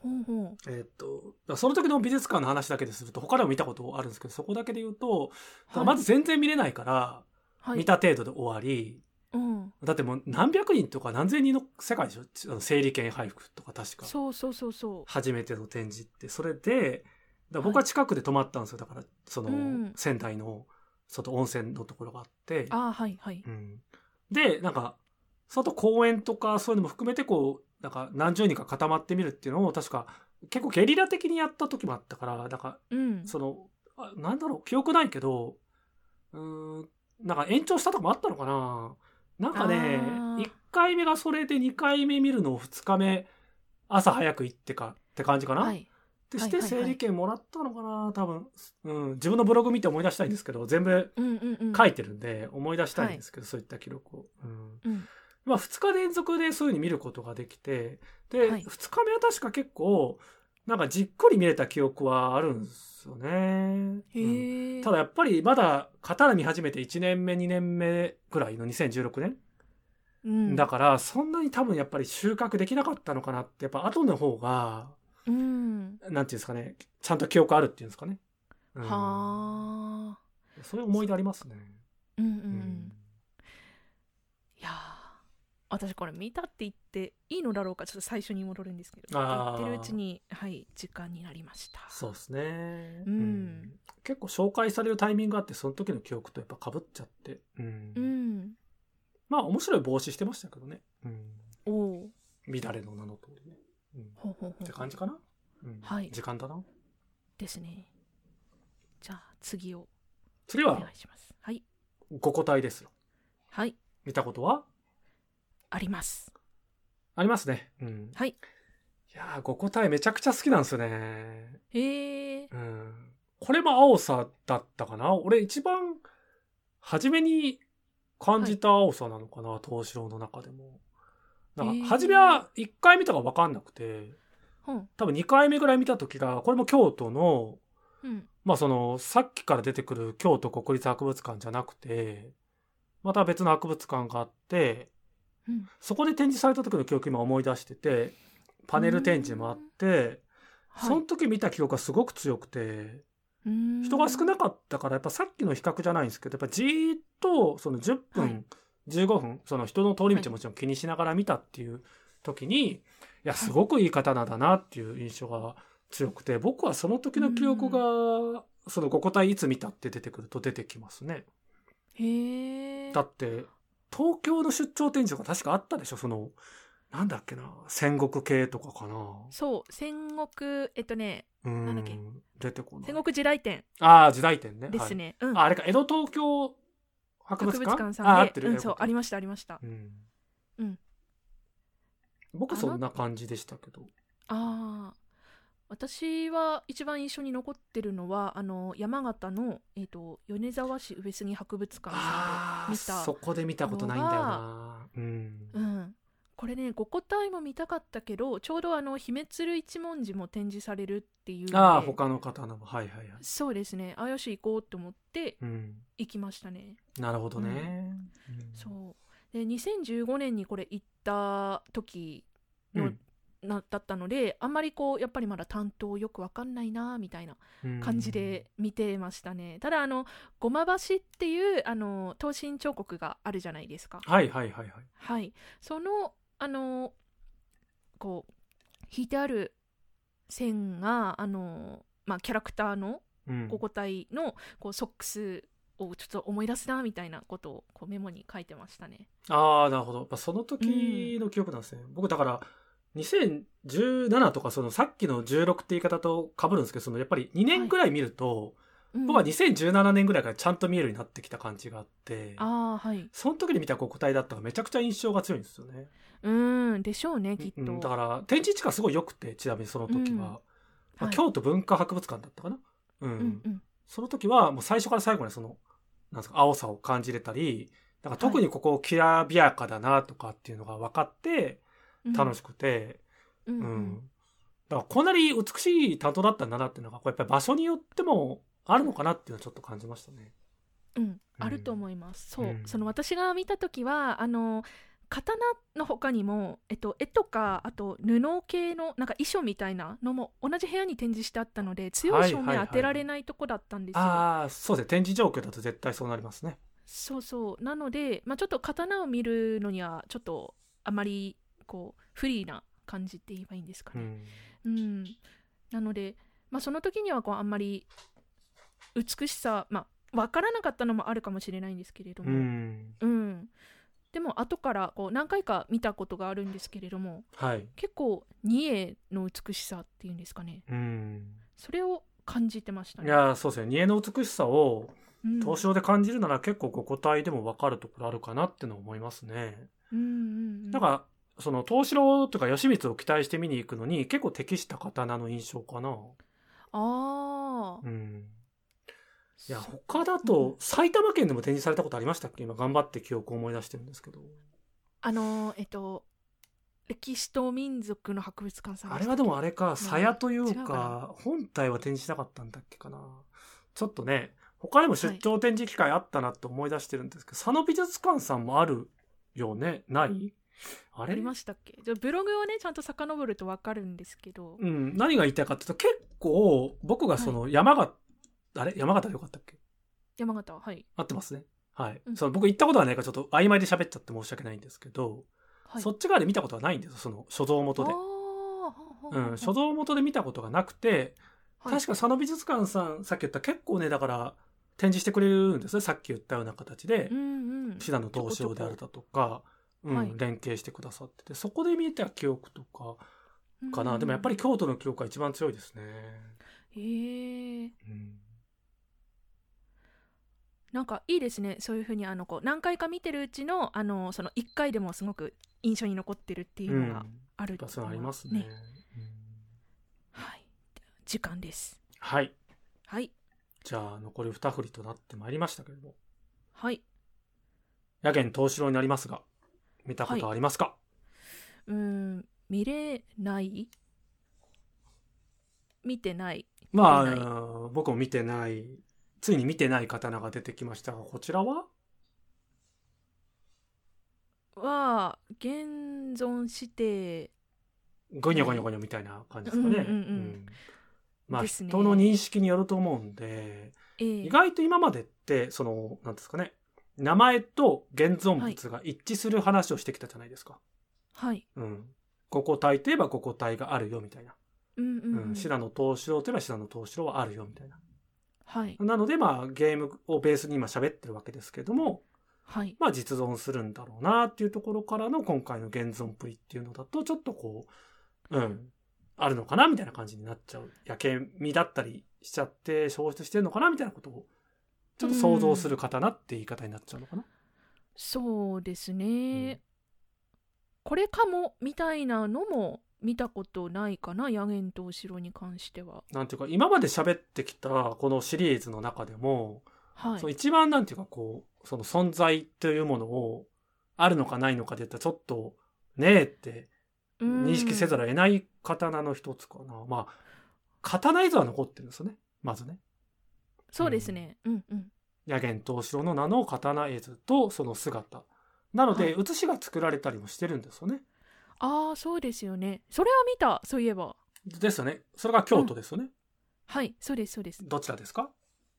その時の美術館の話だけですると他でも見たことあるんですけど、そこだけで言うと、まず全然見れないから、見た程度で終わり、だってもう何百人とか何千人の世界でしょ、整理券配布とか確か。 そう。 初めての展示って。それでだから僕は近くで泊まったんですよ。だからその仙台の外温泉のところがあって、 はいはい。 でなんか外公園とかそういうのも含めてこうなんか何十人か固まってみるっていうのを確か結構ゲリラ的にやった時もあったから、なんかそのなんだろう記憶ないけど、なんか延長したとかもあったのかな。なんかね1回目がそれで2回目見るのを2日目朝早く行ってかって感じかな。はい、でして整理券もらったのかな多分、自分のブログ見て思い出したいんですけど全部書いてるんで思い出したいんですけど、そういった記録を。まあ、2日連続でそういう風に見ることができて、で、2日目は確か結構なんかじっくり見れた記憶はあるんですよね。ただやっぱりまだ刀見始めて1年目2年目ぐらいの2016年、だからそんなに多分やっぱり収穫できなかったのかなって、やっぱ後の方が、なんていうんですかね、ちゃんと記憶あるっていうんですかね。そういう思い出ありますね。 いや私これ見たって言っていいのだろうか、ちょっと最初に戻るんですけど、言ってるうちに時間になりました。 そうですね。結構紹介されるタイミングがあって、その時の記憶とやっぱ被っちゃって、まあ面白い帽子してましたけどね。乱れの名の通りね。って感じかな。時間だな。 ですね。じゃあ次はお願いします。はい。五個体ですよ。 はい。 見たことはあります。 ありますね。はい。いやー、五個体めちゃくちゃ好きなんですよね。これも青さだったかな。俺一番初めに感じた青さなのかな、東四郎の中でも。なんか初めは1回見たか分かんなくて、多分2回目ぐらい見た時が、これも京都の、まあそのさっきから出てくる京都国立博物館じゃなくて、また別の博物館があって、そこで展示された時の記憶今思い出してて、パネル展示もあって、その時見た記憶がすごく強くて、人が少なかったから、やっぱさっきの比較じゃないんですけど、やっぱじーっとその10分、15分、その人の通り道もちろん気にしながら見たっていう時に、いや、すごくいい刀だなっていう印象が強くて、僕はその時の記憶が、その五個体いつ見たって出てくると出てきますね。だって、東京の出張展示とか確かあったでしょ、その、なんだっけな、戦国系とかかな。 そう、戦国、なんだっけ。 出てこない。 戦国時代展。 時代展ね。 ですね。 あれか、江戸東京博物館さんで。合ってる。そう、ありました、ありました。 僕そんな感じでしたけど。 私は一番印象に残ってるのは山形の、米沢市上杉博物館さんで見た。 そこで見たことないんだよな。 これね、五個体も見たかったけど、ちょうど姫鶴一文字も展示されるっていうので、 他の方のもそうですね。よし行こうと思って行きましたね。 なるほどね。 そうで2015年にこれ行った時の、だったので、あんまりこうやっぱりまだ担当よくわかんないなみたいな感じで見てましたね。ただごま橋っていう刀身彫刻があるじゃないですか。そのこう引いてある線がキャラクターの五個体のこうソックスをちょっと思い出すなみたいなことをこうメモに書いてましたね。 なるほど。その時の記憶なんですね。僕だから2017とかそのさっきの16って言い方と被るんですけど、そのやっぱり2年ぐらい見ると、僕は2017年ぐらいからちゃんと見えるようになってきた感じがあって、その時に見た五個体だったからめちゃくちゃ印象が強いんですよね。 でしょうね、きっと。 だから展示地がすごい良くて、ちなみにその時は、京都文化博物館だったかな。その時はもう最初から最後にそのなんですか、青さを感じれたり、なんか特にここきらびやかだなとかっていうのが分かって楽しくて、だからこんなに美しい担当だったんだなっていうのがこうやっぱり場所によってもあるのかなっていうのはちょっと感じましたね。 あると思います。そう、その私が見た時は刀の他にも、絵とかあと布系のなんか衣装みたいなのも同じ部屋に展示してあったので、強い照明当てられないとこだったんですよ。 そうですね。展示状況だと絶対そうなりますね。 そうなので、ちょっと刀を見るのにはちょっとあまりこうフリーな感じって言えばいいんですかね。なのでその時にはこうあんまり美しさ分からなかったのもあるかもしれないんですけれども、でも後からこう何回か見たことがあるんですけれども、結構二重の美しさっていうんですかね、それを感じてましたね。 いやそうですね、二重の美しさを東証で感じるなら結構ここ体でも分かるところあるかなっての思いますね。なんかその東四とか義満を期待して見に行くのに結構適した刀の印象かな。いや他だと埼玉県でも展示されたことありましたっけ？今頑張って記憶を思い出してるんですけど、 歴史と民族の博物館さん、 あれはでもあれか鞘というか本体は展示しなかったんだっけかな。ちょっとね他でも出張展示機会あったなって思い出してるんですけど、佐野美術館さんもあるよね。ない？あれありましたっけ？じゃブログをねちゃんと遡ると分かるんですけど、 何が言いたいかっていうと、結構僕がその山形、山形でよかったっけ？ 山形は合ってますね。その僕行ったことはないからちょっと曖昧で喋っちゃって申し訳ないんですけど、そっち側で見たことはないんですよ、その所蔵元で。所蔵元で見たことがなくて、確か佐野美術館さんさっき言った結構ねだから展示してくれるんですね、さっき言ったような形で、信濃東照であるだとか連携してくださってて、そこで見た記憶とかかな。でもやっぱり京都の記憶が一番強いですね。 なんかいいですね、そういうふうにこう何回か見てるうちのその1回でもすごく印象に残ってるっていうのがあるっていうのは、 ありますね。 時間です。 じゃあ残り2振りとなってまいりましたけれども、野源東四郎になりますが、見たことありますか？ 見れない、見てない。 僕も見てない。ついに見てない刀が出てきましたが、こちらは現存してゴニョゴニョゴニョみたいな感じですかね。人の認識によると思うんで、意外と今までってそのなんですかね、名前と現存物が一致する話をしてきたじゃないですか。ここ体といえばここ体があるよみたいな。信濃東四郎といえば信濃東四郎はあるよみたいな。なのでゲームをベースに今喋ってるわけですけども、実存するんだろうなっていうところからの今回の現存プリっていうのだとちょっとこうあるのかなみたいな感じになっちゃう。やけみだったりしちゃって消失してるのかなみたいなことをちょっと想像する刀って言い方になっちゃうのかな。 そうですね、これかもみたいなのも見たことないかな、野源東四郎に関しては。 なんていうか今まで喋ってきたこのシリーズの中でも、その一番なんていうかこうその存在というものをあるのかないのかで言ったらちょっとねえって認識せざるを得ない刀の一つかな。刀絵図は残ってるんですよね、まずね。 そうですね。 野源東四郎の名の刀絵図とその姿なので、写しが作られたりもしてるんですよね。 そうですよね。それは見た、そういえば。 ですよね。それが京都ですよね。 そうですそうです。 どちらですか？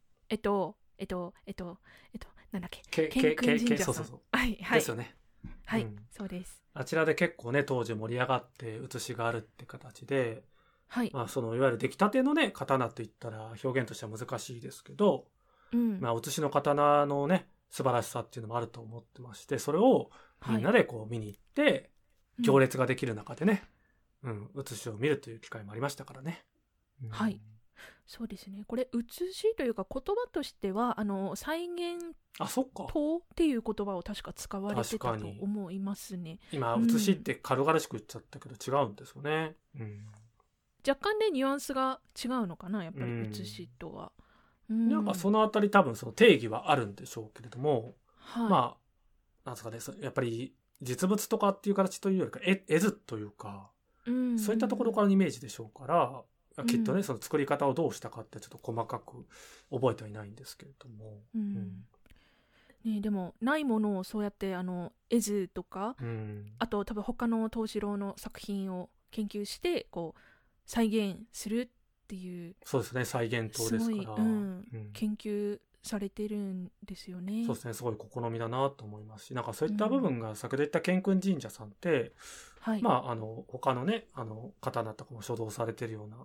なんだっけ、建君神社さん。 そうですよね。 そうです。 あちらで結構ね当時盛り上がって写しがあるって形で、そのいわゆる出来たてのね刀といったら表現としては難しいですけど、写しの刀のね素晴らしさっていうのもあると思ってまして、それをみんなでこう見に行って行列ができる中でね、写しを見るという機会もありましたからね。 そうですね。これ写しというか言葉としては再現刀っていう言葉を確か使われてたと思いますね。 今写しって軽々しく言っちゃったけど違うんですよね。 若干ねニュアンスが違うのかな、やっぱり写しとは。 なんかそのあたり多分その定義はあるんでしょうけれども、なんですかね、やっぱり実物とかっていう形というよりか絵図というか、そういったところからのイメージでしょうから、きっとねその作り方をどうしたかってちょっと細かく覚えてはいないんですけれども、 でもないものをそうやって絵図とか、あと多分他の東四郎の作品を研究してこう再現するっていう、 そうですね、再現刀ですから、 研究されてるんですよね。 そうですね、すごい試みだなと思いますし、なんかそういった部分が先ほど言った建君神社さんって、他のね刀とかも所蔵されてるような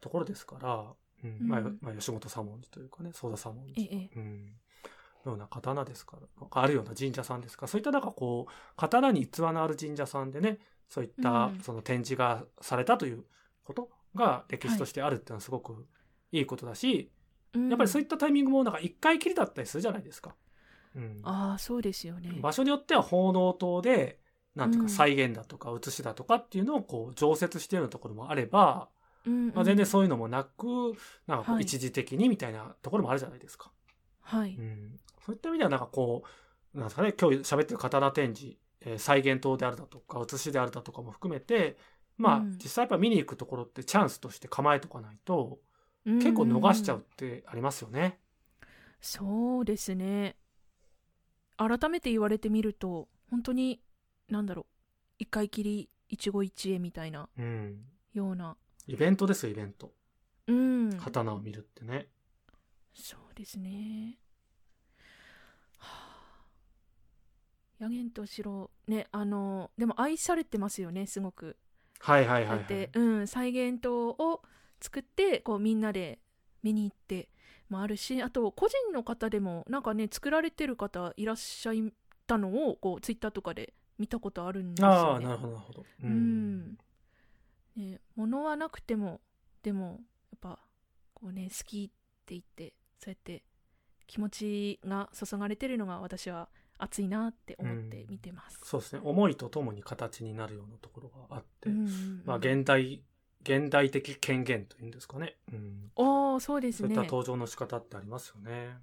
ところですから、まあ、吉本左文字というかね、ソーダ左文字、ような刀ですから、あるような神社さんですから、そういったなんかこう、刀に逸話のある神社さんでね、そういったその展示がされたということが歴史としてあるっていうのはすごくいいことだし、やっぱりそういったタイミングもなんか一回きりだったりするじゃないですか。 ああ、そうですよね。 場所によっては奉納塔で、なんていうか再現だとか写しだとかっていうのをこう常設しているようなところもあれば、まあ、全然そういうのもなく、なんかこう一時的にみたいなところもあるじゃないですか。 はい。 そういった意味ではなんかこう、なんですかね、今日喋ってる刀展示、再現塔であるだとか写しであるだとかも含めて、まあ、実際やっぱ見に行くところってチャンスとして構えとかないと、結構逃しちゃうってありますよね。 そうですね。改めて言われてみると本当になんだろう、一回きり一期一会みたいなような、 イベントですよ、イベント。刀を見るってね。 そうですね。八元敏郎ね、でも愛されてますよね、すごく。 はいはいはい、はい。 で、再現塔を作ってこうみんなで見に行ってもあるし、あと個人の方でもなんかね作られてる方いらっしゃったのをこうツイッターとかで見たことあるんですよね。 ああ、なるほどなるほど。 ね、物はなくてもでもやっぱこうね好きって言ってそうやって気持ちが注がれてるのが私は熱いなって思って見てます。 そうですね。思いとともに形になるようなところがあって、まあ現代的権限というんですかね。 そうですね。 そういった登場の仕方ってありますよね。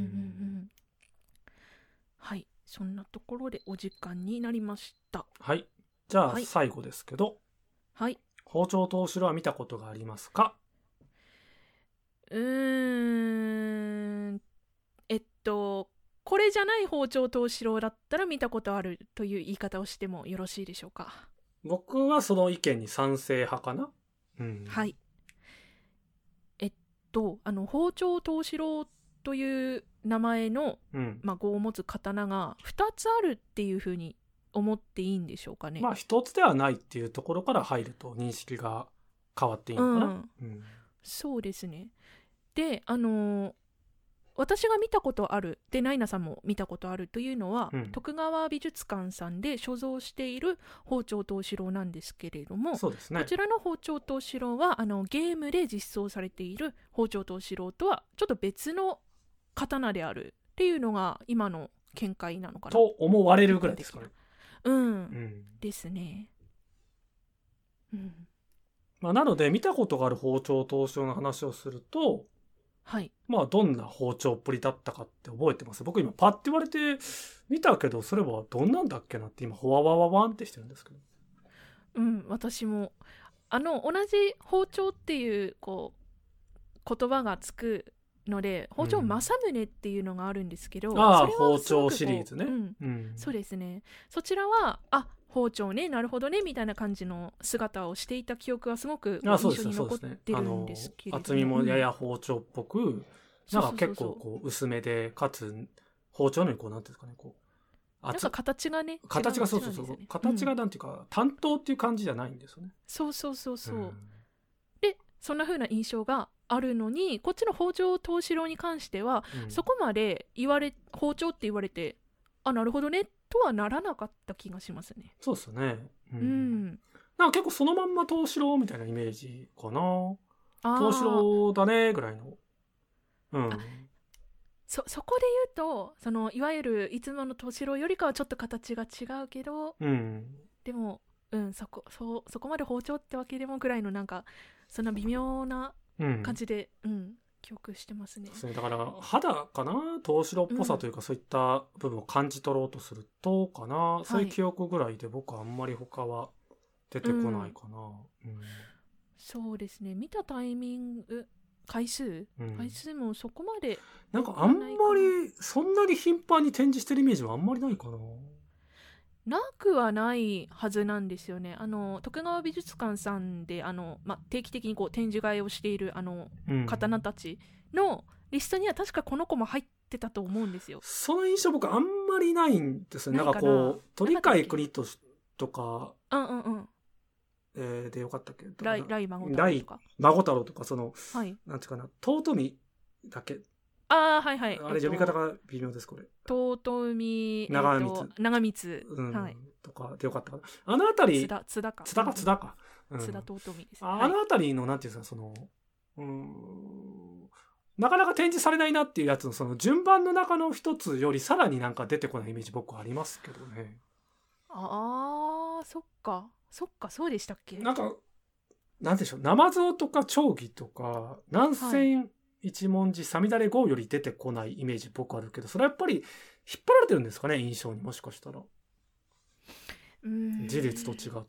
はい、そんなところでお時間になりました。 はい。じゃあ最後ですけど、 はい。 包丁藤四郎は見たことがありますか？ これじゃない包丁藤四郎だったら見たことあるという言い方をしてもよろしいでしょうか？ 僕はその意見に賛成派かな。 はい。包丁藤四郎という名前の、語を持つ刀が2つあるっていうふうに思っていいんでしょうかね。 まあ1つではないっていうところから入ると認識が変わっていいのかな。 そうですね。で、私が見たことあるでナイナさんも見たことあるというのは、徳川美術館さんで所蔵している包丁藤四郎なんですけれども、 そうですね、 こちらの包丁藤四郎はゲームで実装されている包丁藤四郎とはちょっと別の刀であるっていうのが今の見解なのかなと思われるぐらいですかね。 ですね。 まあ、なので見たことがある包丁藤四郎の話をすると、 はい、 まあどんな包丁っぷりだったかって覚えてます。僕今パッて言われて見たけど、それはどんなんだっけなって今ほわわわわんってしてるんですけど。 私も同じ包丁っていうこう言葉がつくので、包丁正宗っていうのがあるんですけど、それは包丁シリーズね。 そうですね。そちらは包丁ね、なるほどねみたいな感じの姿をしていた記憶はすごく印象に残ってるんですけれども、 厚みもやや包丁っぽく、なんか結構こう薄めで、かつ包丁のようにこうなんていうんですかね、こうなんか形がね、 形がそう形がなんていうか担当っていう感じじゃないんですよね。 そう、でそんな風な印象があるのに、こっちの包丁藤四郎に関しては、そこまで包丁って言われてなるほどねとはならなかった気がしますね。 そうですよね。なんか結構そのまんま藤四郎みたいなイメージかな。藤四郎だねぐらいの。 そこで言うと、いわゆるいつもの藤四郎よりかはちょっと形が違うけど、でもそこまで包丁ってわけでもぐらいの、なんかそんな微妙な感じで、記憶してますね。 だから肌かな、藤四郎っぽさというか、そういった部分を感じ取ろうとするとかな、そういう記憶ぐらいで、僕はあんまり他は出てこないかな。 そうですね。見たタイミング、回数もそこまでなんかあんまりそんなに頻繁に展示してるイメージはあんまりないかな。 なくはないはずなんですよね。徳川美術館さんで定期的にこう展示会をしている刀たちのリストには確かこの子も入ってたと思うんですよ。 その印象僕あんまりないんですよね。なんかこう鳥飼国とか、 でよかったっけ？ ライ孫太郎とか。 孫太郎とか、 はい、 なんていうかな、尊みだけ。 ああ、はいはい。 あれ読み方が微妙です、これ。 尊み、 長光。はい。 とかでよかったかな。あのあたり、 津田か。 津田か。 津田尊みです。 あのあたりの、なんていうんですか、なかなか展示されないなっていうやつの、その順番の中の一つよりさらになんか出てこないイメージ僕はありますけどね。 ああ、そっか、そうでしたっけ？ なんか、なんでしょう、生像とか丁義とか、南仙一文字、さみだれ号より出てこないイメージ僕あるけど、それはやっぱり引っ張られてるんですかね、印象にもしかしたら。事実と違って。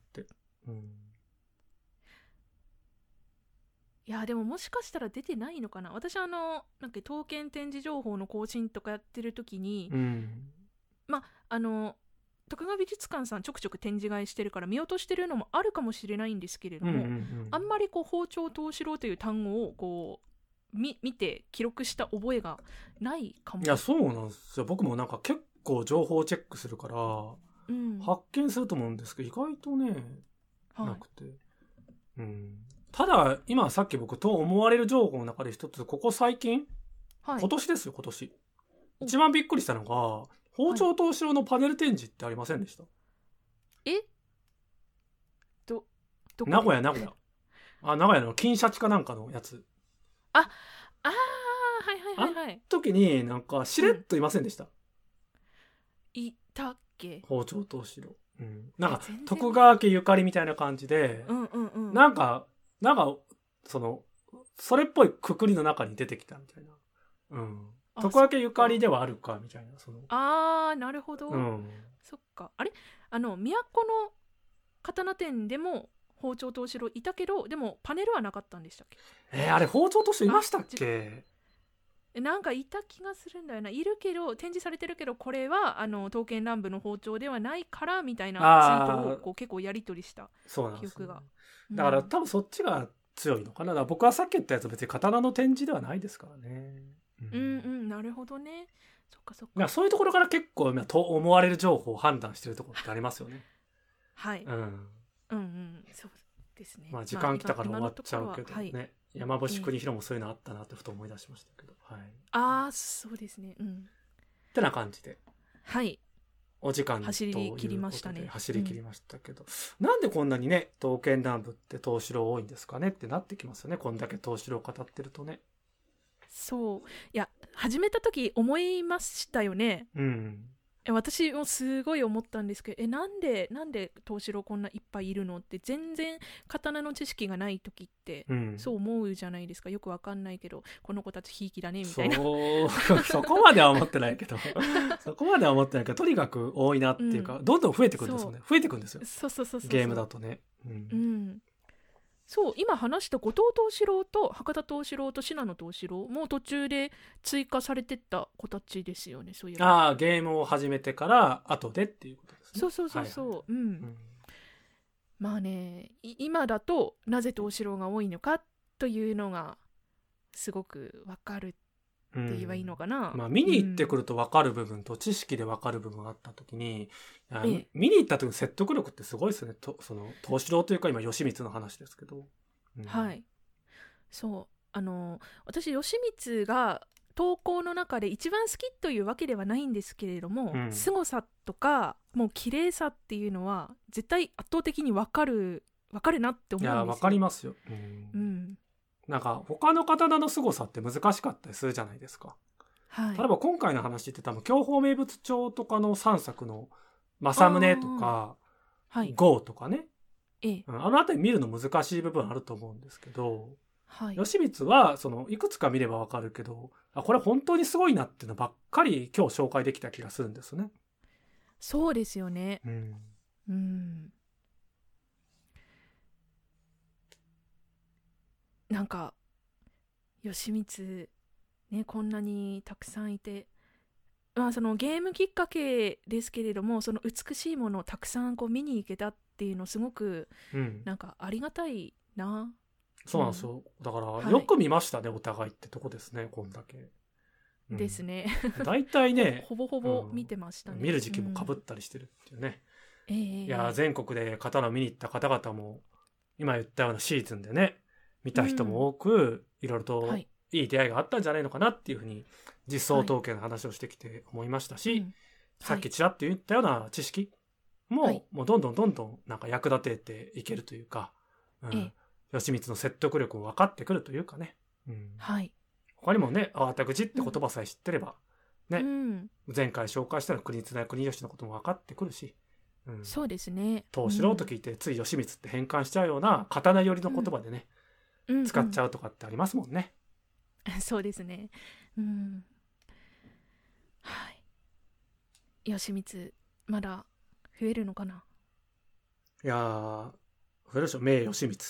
いやでももしかしたら出てないのかな。私なんか刀剣展示情報の更新とかやってる時に、まあ徳川美術館さんちょくちょく展示会してるから見落としてるのもあるかもしれないんですけれども、あんまり包丁藤四郎という単語を見て記録した覚えがないかも。 いやそうなんですよ。僕もなんか結構情報をチェックするから、発見すると思うんですけど意外とね、なくて、ただ今さっき僕と思われる情報の中で一つ、ここ最近、今年ですよ、今年一番びっくりしたのが包丁藤四郎のパネル展示ってありませんでした？ どこ？ 名古屋名古屋の金シャチかなんかのやつ。はい時になんかしれっといませんでした？ いたっけ？ 包丁藤四郎、なんか徳川家ゆかりみたいな感じで、なんかそれっぽいくくりの中に出てきたみたいな。徳川家ゆかりではあるかみたいな。 なるほど。そっか。あれ都の刀店でも包丁藤四郎いたけど、でもパネルはなかったんでしたっけ？ あれ包丁藤四郎いましたっけ？ なんかいた気がするんだよな。いるけど展示されてるけど、これは刀剣乱舞の包丁ではないからみたいなツイートを結構やり取りした記憶が。 だから多分そっちが強いのかな。だから僕はさっき言ったやつ別に刀の展示ではないですからね。 なるほどね。そっか。 そういうところから結構と思われる情報を判断してるところってありますよね。 はい。そうですね。 時間来たから終わっちゃうけどね。山伏国広もそういうのあったなってふと思い出しましたけど。 そうですね。 ってな感じで。 はい。 お時間ということで走り切りましたね。 走り切りましたけど、なんでこんなにね刀剣乱舞って藤四郎多いんですかねってなってきますよね。こんだけ藤四郎語ってるとね。 そう、いや始めた時思いましたよね。私もすごい思ったんですけど、なんで藤四郎こんないっぱいいるのって、全然刀の知識がない時って、そう思うじゃないですか。よくわかんないけどこの子たちひいきだねみたいな。 そこまでは思ってないけどとにかく多いなっていうか、どんどん増えてくるんですよね。増えてくるんですよ。ゲームだとね。 そう今話した後藤藤四郎と博多藤四郎と信濃藤四郎も途中で追加されてった子たちですよね。そういうゲームを始めてから後でっていうことですね。 そうまあね、今だとなぜ藤四郎が多いのかというのがすごく分かるって言えばいいのかな。 見に行ってくると分かる部分と知識で分かる部分があった時に、見に行った時の説得力ってすごいですよね。その藤四郎というか今義満の話ですけど、 そう私義満が投稿の中で一番好きというわけではないんですけれども、凄さとかもう綺麗さっていうのは絶対圧倒的に分かるなって思うんですよ。 いや分かりますよ。なんか他の刀の凄さって難しかったりするじゃないですか。例えば今回の話って多分享保名物帳とかの3作の政宗とか豪とかね、あの辺り見るの難しい部分あると思うんですけど、義満はいくつか見ればわかるけど、これ本当にすごいなっていうのばっかり今日紹介できた気がするんですね。 そうですよね。なんか義満ね、こんなにたくさんいて、そのゲームきっかけですけれども、その美しいものをたくさん見に行けたっていうのすごく、なんかありがたいな。 そうなんですよ。だからよく見ましたね、お互いってとこですね。こんだけですね。 だいたいねほぼ見てましたね。 見る時期もかぶったりしてるっていうね。いや全国で刀を見に行った方々も今言ったようなシーズンでね見た人も多く、いろいろといい出会いがあったんじゃないのかなっていうふうに実相統計の話をしてきて思いましたし、さっきちらっと言ったような知識も、もうどんどんなんか役立てていけるというか、義満の説得力も分かってくるというかね、他にもね粟田口って言葉さえ知ってれば、ね、前回紹介したの国綱や国吉のことも分かってくるし、 そうですね。 藤四郎と聞いてつい義満って変換しちゃうような刀寄りの言葉でね、使っちゃうとかってありますもんね。 そうですね。はい。義満まだ増えるのかな。 いやー、増えるでしょ、名義満。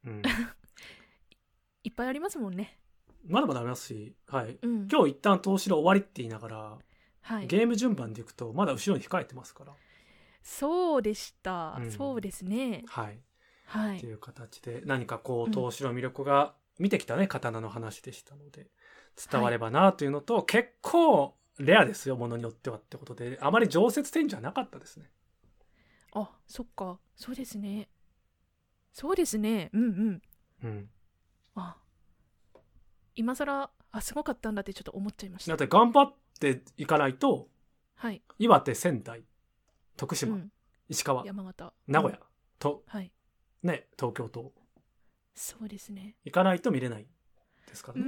いっぱいありますもんね。 まだまだありますし、今日一旦藤四郎終わりって言いながら、ゲーム順番でいくとまだ後ろに控えてますから。 そうでした。そうですね。 っていう形で何かこう藤四郎の魅力が見てきたね刀の話でしたので伝わればなというのと、結構レアですよものによってはってことで、あまり常設展じゃなかったですね。 あ、そっか、そうですね。そうですね。あ、今更すごかったんだってちょっと思っちゃいました。 だって頑張っていかないと、岩手、仙台、徳島、石川、 山形、 名古屋と、ね、東京とそうですね。 行かないと見れないですからね。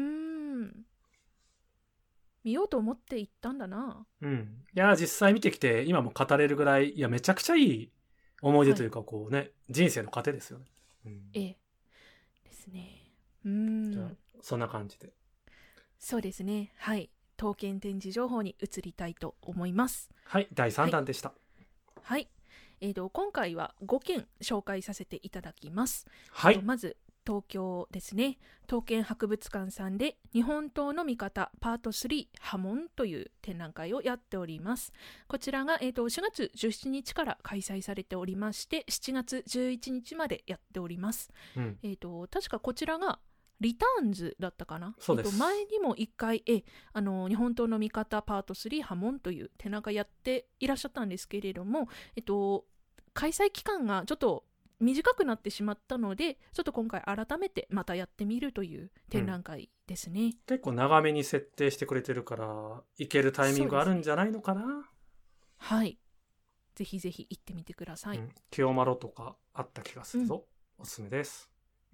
見ようと思って行ったんだな。 いや実際見てきて今も語れるぐらい、いやめちゃくちゃいい思い出というか、こうね、人生の糧ですよね。 ですね。 じゃあそんな感じで。 そうですね。刀剣展示情報に移りたいと思います。 第3弾でした。 今回は5件紹介させていただきます。まず東京ですね。刀剣博物館さんで日本刀の見方パート3波紋という展覧会をやっております。こちらが、4月17日から開催されておりまして、7月11日までやっております。確かこちらがリターンズだったかな。 そうです。 前にも1回日本刀の見方パート3波紋という展覧会やっていらっしゃったんですけれども、開催期間がちょっと短くなってしまったので、ちょっと今回改めてまたやってみるという展覧会ですね。 結構長めに設定してくれてるから行けるタイミングあるんじゃないのかな。 ぜひぜひ行ってみてください。 清丸とかあった気がするぞ。おすすめです。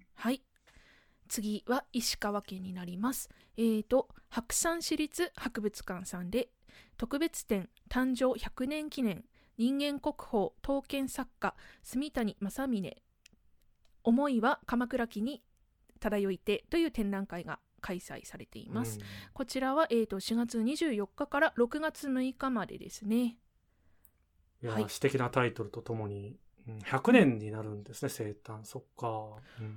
次は石川県になります。白山市立博物館さんで特別展誕生100年記念人間国宝刀剣作家住谷正峰思いは鎌倉期に漂いてという展覧会が開催されています。こちらは、4月24日から6月6日までですね。 いや、詩的なタイトルとともに、100年になるんですね、生誕。そっか。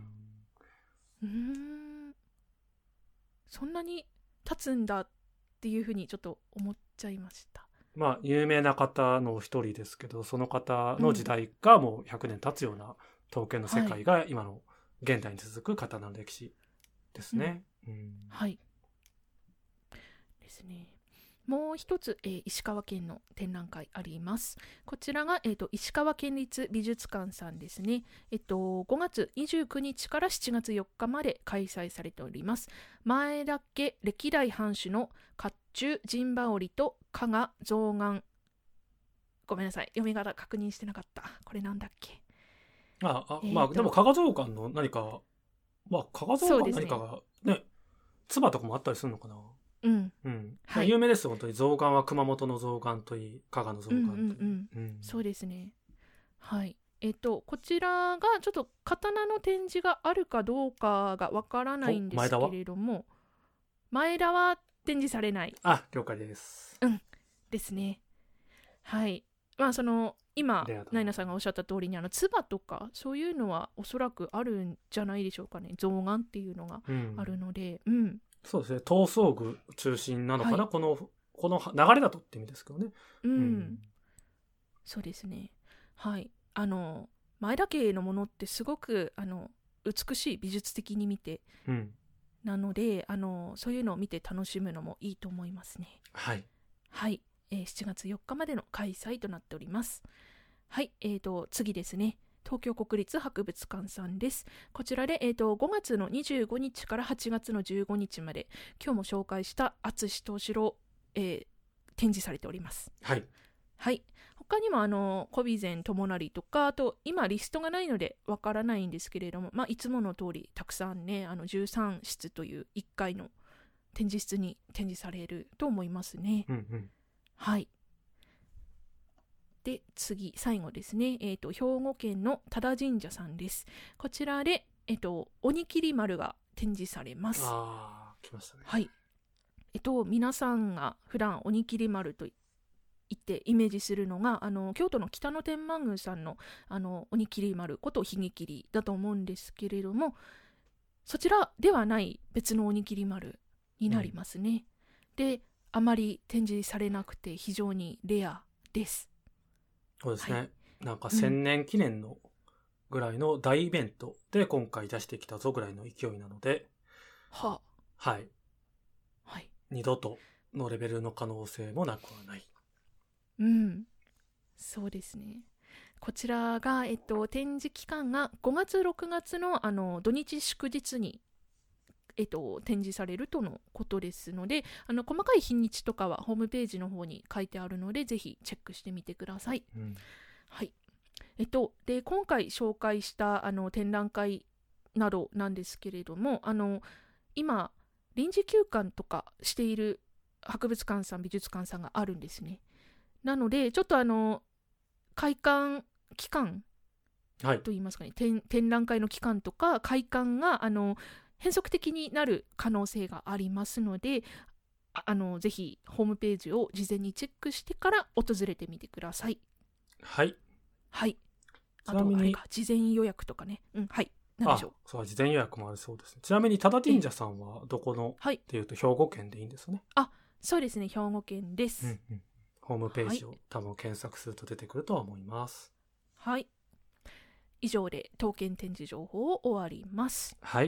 そんなに経つんだっていうふうにちょっと思っちゃいました。 有名な方の一人ですけど、その方の時代がもう100年経つような刀剣の世界が今の現代に続く刀の歴史ですね。 ですね。もう一つ、石川県の展覧会あります。こちらが、石川県立美術館さんですね。5月29日から7月4日まで開催されております。前田家歴代藩主の甲冑陣羽織と加賀象眼。ごめんなさい、読み方確認してなかった。これなんだっけ。 でも加賀象眼の何か、加賀象眼何かがね、唾とかもあったりするのかな。有名ですよ本当に。象眼は熊本の象眼といい、加賀の象眼といい。 そうですね。こちらがちょっと刀の展示があるかどうかがわからないんですけれども、前田は展示されない。 了解です。 ですね。その今ナイナさんがおっしゃった通りに唾とかそういうのはおそらくあるんじゃないでしょうかね。象眼っていうのがあるので、 そうですね。刀装具中心なのかな、この流れだとって意味ですけどね。 そうですね。前田家のものってすごく美しい、美術的に見て、なのでそういうのを見て楽しむのもいいと思いますね。7月4日までの開催となっております。次ですね。 東京国立博物館さんです。こちらで、5月の25日から8月の15日まで今日も紹介した敦藤四郎、展示されております。 はい、 はい、他にもコビゼン友成とか、あと今リストがないのでわからないんですけれども、いつもの通りたくさんね、13室という1階の展示室に展示されると思いますね。はい。で次最後ですね、兵庫県の多田神社さんです。こちらで、鬼切丸が展示されます。 来ましたね。 はい。皆さんが普段鬼切丸と言ってイメージするのが京都の北野天満宮さんの鬼切丸ことひげ切りだと思うんですけれども、そちらではない別の鬼切丸になりますね。であまり展示されなくて非常にレアです。 そうですね、はい、なんか1000年記念のぐらいの大イベントで今回出してきたぞぐらいの勢いなので、はい、二度とのレベルの可能性もなくはない。 そうですね。こちらが、展示期間が5月6月の土日祝日に展示されるとのことですので、細かい日にちとかはホームページの方に書いてあるのでぜひチェックしてみてください。はい。で今回紹介した展覧会などなんですけれども、今臨時休館とかしている博物館さん美術館さんがあるんですね。なのでちょっと開館期間といいますかね、展覧会の期間とか開館が変則的になる可能性がありますので、ぜひホームページを事前にチェックしてから訪れてみてください。 はい。 はい。あとあれか、事前予約とかね。はい。何でしょう。 そう、事前予約もあるそうですね。ちなみに多田神社さんはどこのっていうと兵庫県でいいんですね。 そうですね、兵庫県です。 ホームページを多分検索すると出てくるとは思います。 はい。以上で刀剣展示情報を終わります。 はい。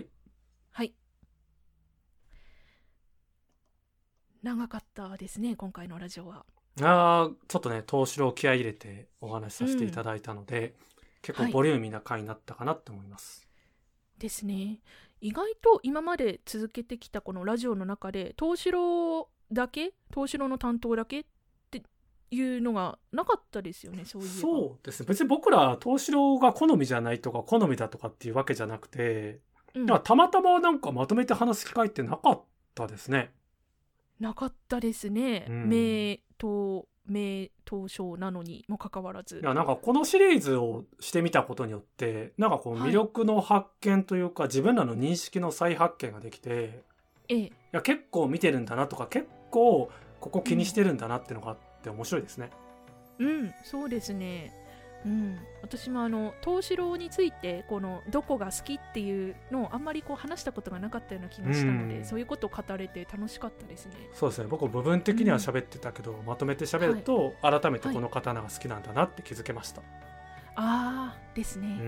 長かったですね、今回のラジオは。 ちょっとね、藤四郎気合い入れてお話しさせていただいたので、結構ボリューミーな回になったかなって思います。 ですね。意外と今まで続けてきたこのラジオの中で藤四郎の担当だけっていうのがなかったですよね。そうですね。別に僕ら藤四郎が好みじゃないとか好みだとかっていうわけじゃなくて、だからたまたまなんかまとめて話す機会ってなかったですね。 なかったですね。名刀賞なのにもかかわらず。 なんかこのシリーズをしてみたことによってなんかこう魅力の発見というか、自分らの認識の再発見ができて、いや結構見てるんだなとか結構ここ気にしてるんだなっていうのがあって面白いですね。 そうですね。私も藤四郎についてどこが好きっていうのをあんまり話したことがなかったような気がしたので、そういうことを語れて楽しかったですね。 そうですね。僕部分的には喋ってたけど、まとめて喋ると、改めてこの刀が好きなんだなって気づけました。 ですね。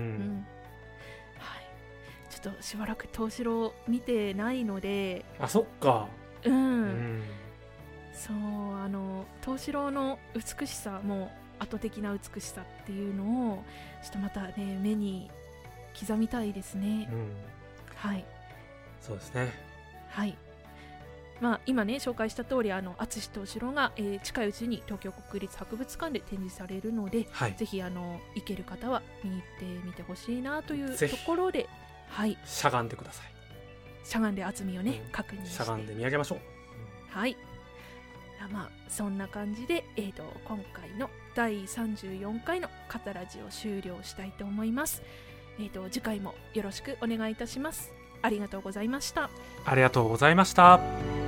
ちょっとしばらく藤四郎見てないので。 そっか。 そう藤四郎の美しさも圧倒的な美しさっていうのをちょっとまたね目に刻みたいですね。 そうですね。 今ね紹介した通り敦藤四郎が、近いうちに東京国立博物館で展示されるので、ぜひ行ける方は見に行ってみてほしいなというところで、 しゃがんでください。 しゃがんで厚みをね、確認してしゃがんで見上げましょう。 そんな感じで、今回の第34回のカタラジを終了したいと思います。次回もよろしくお願いいたします。ありがとうございました。 ありがとうございました。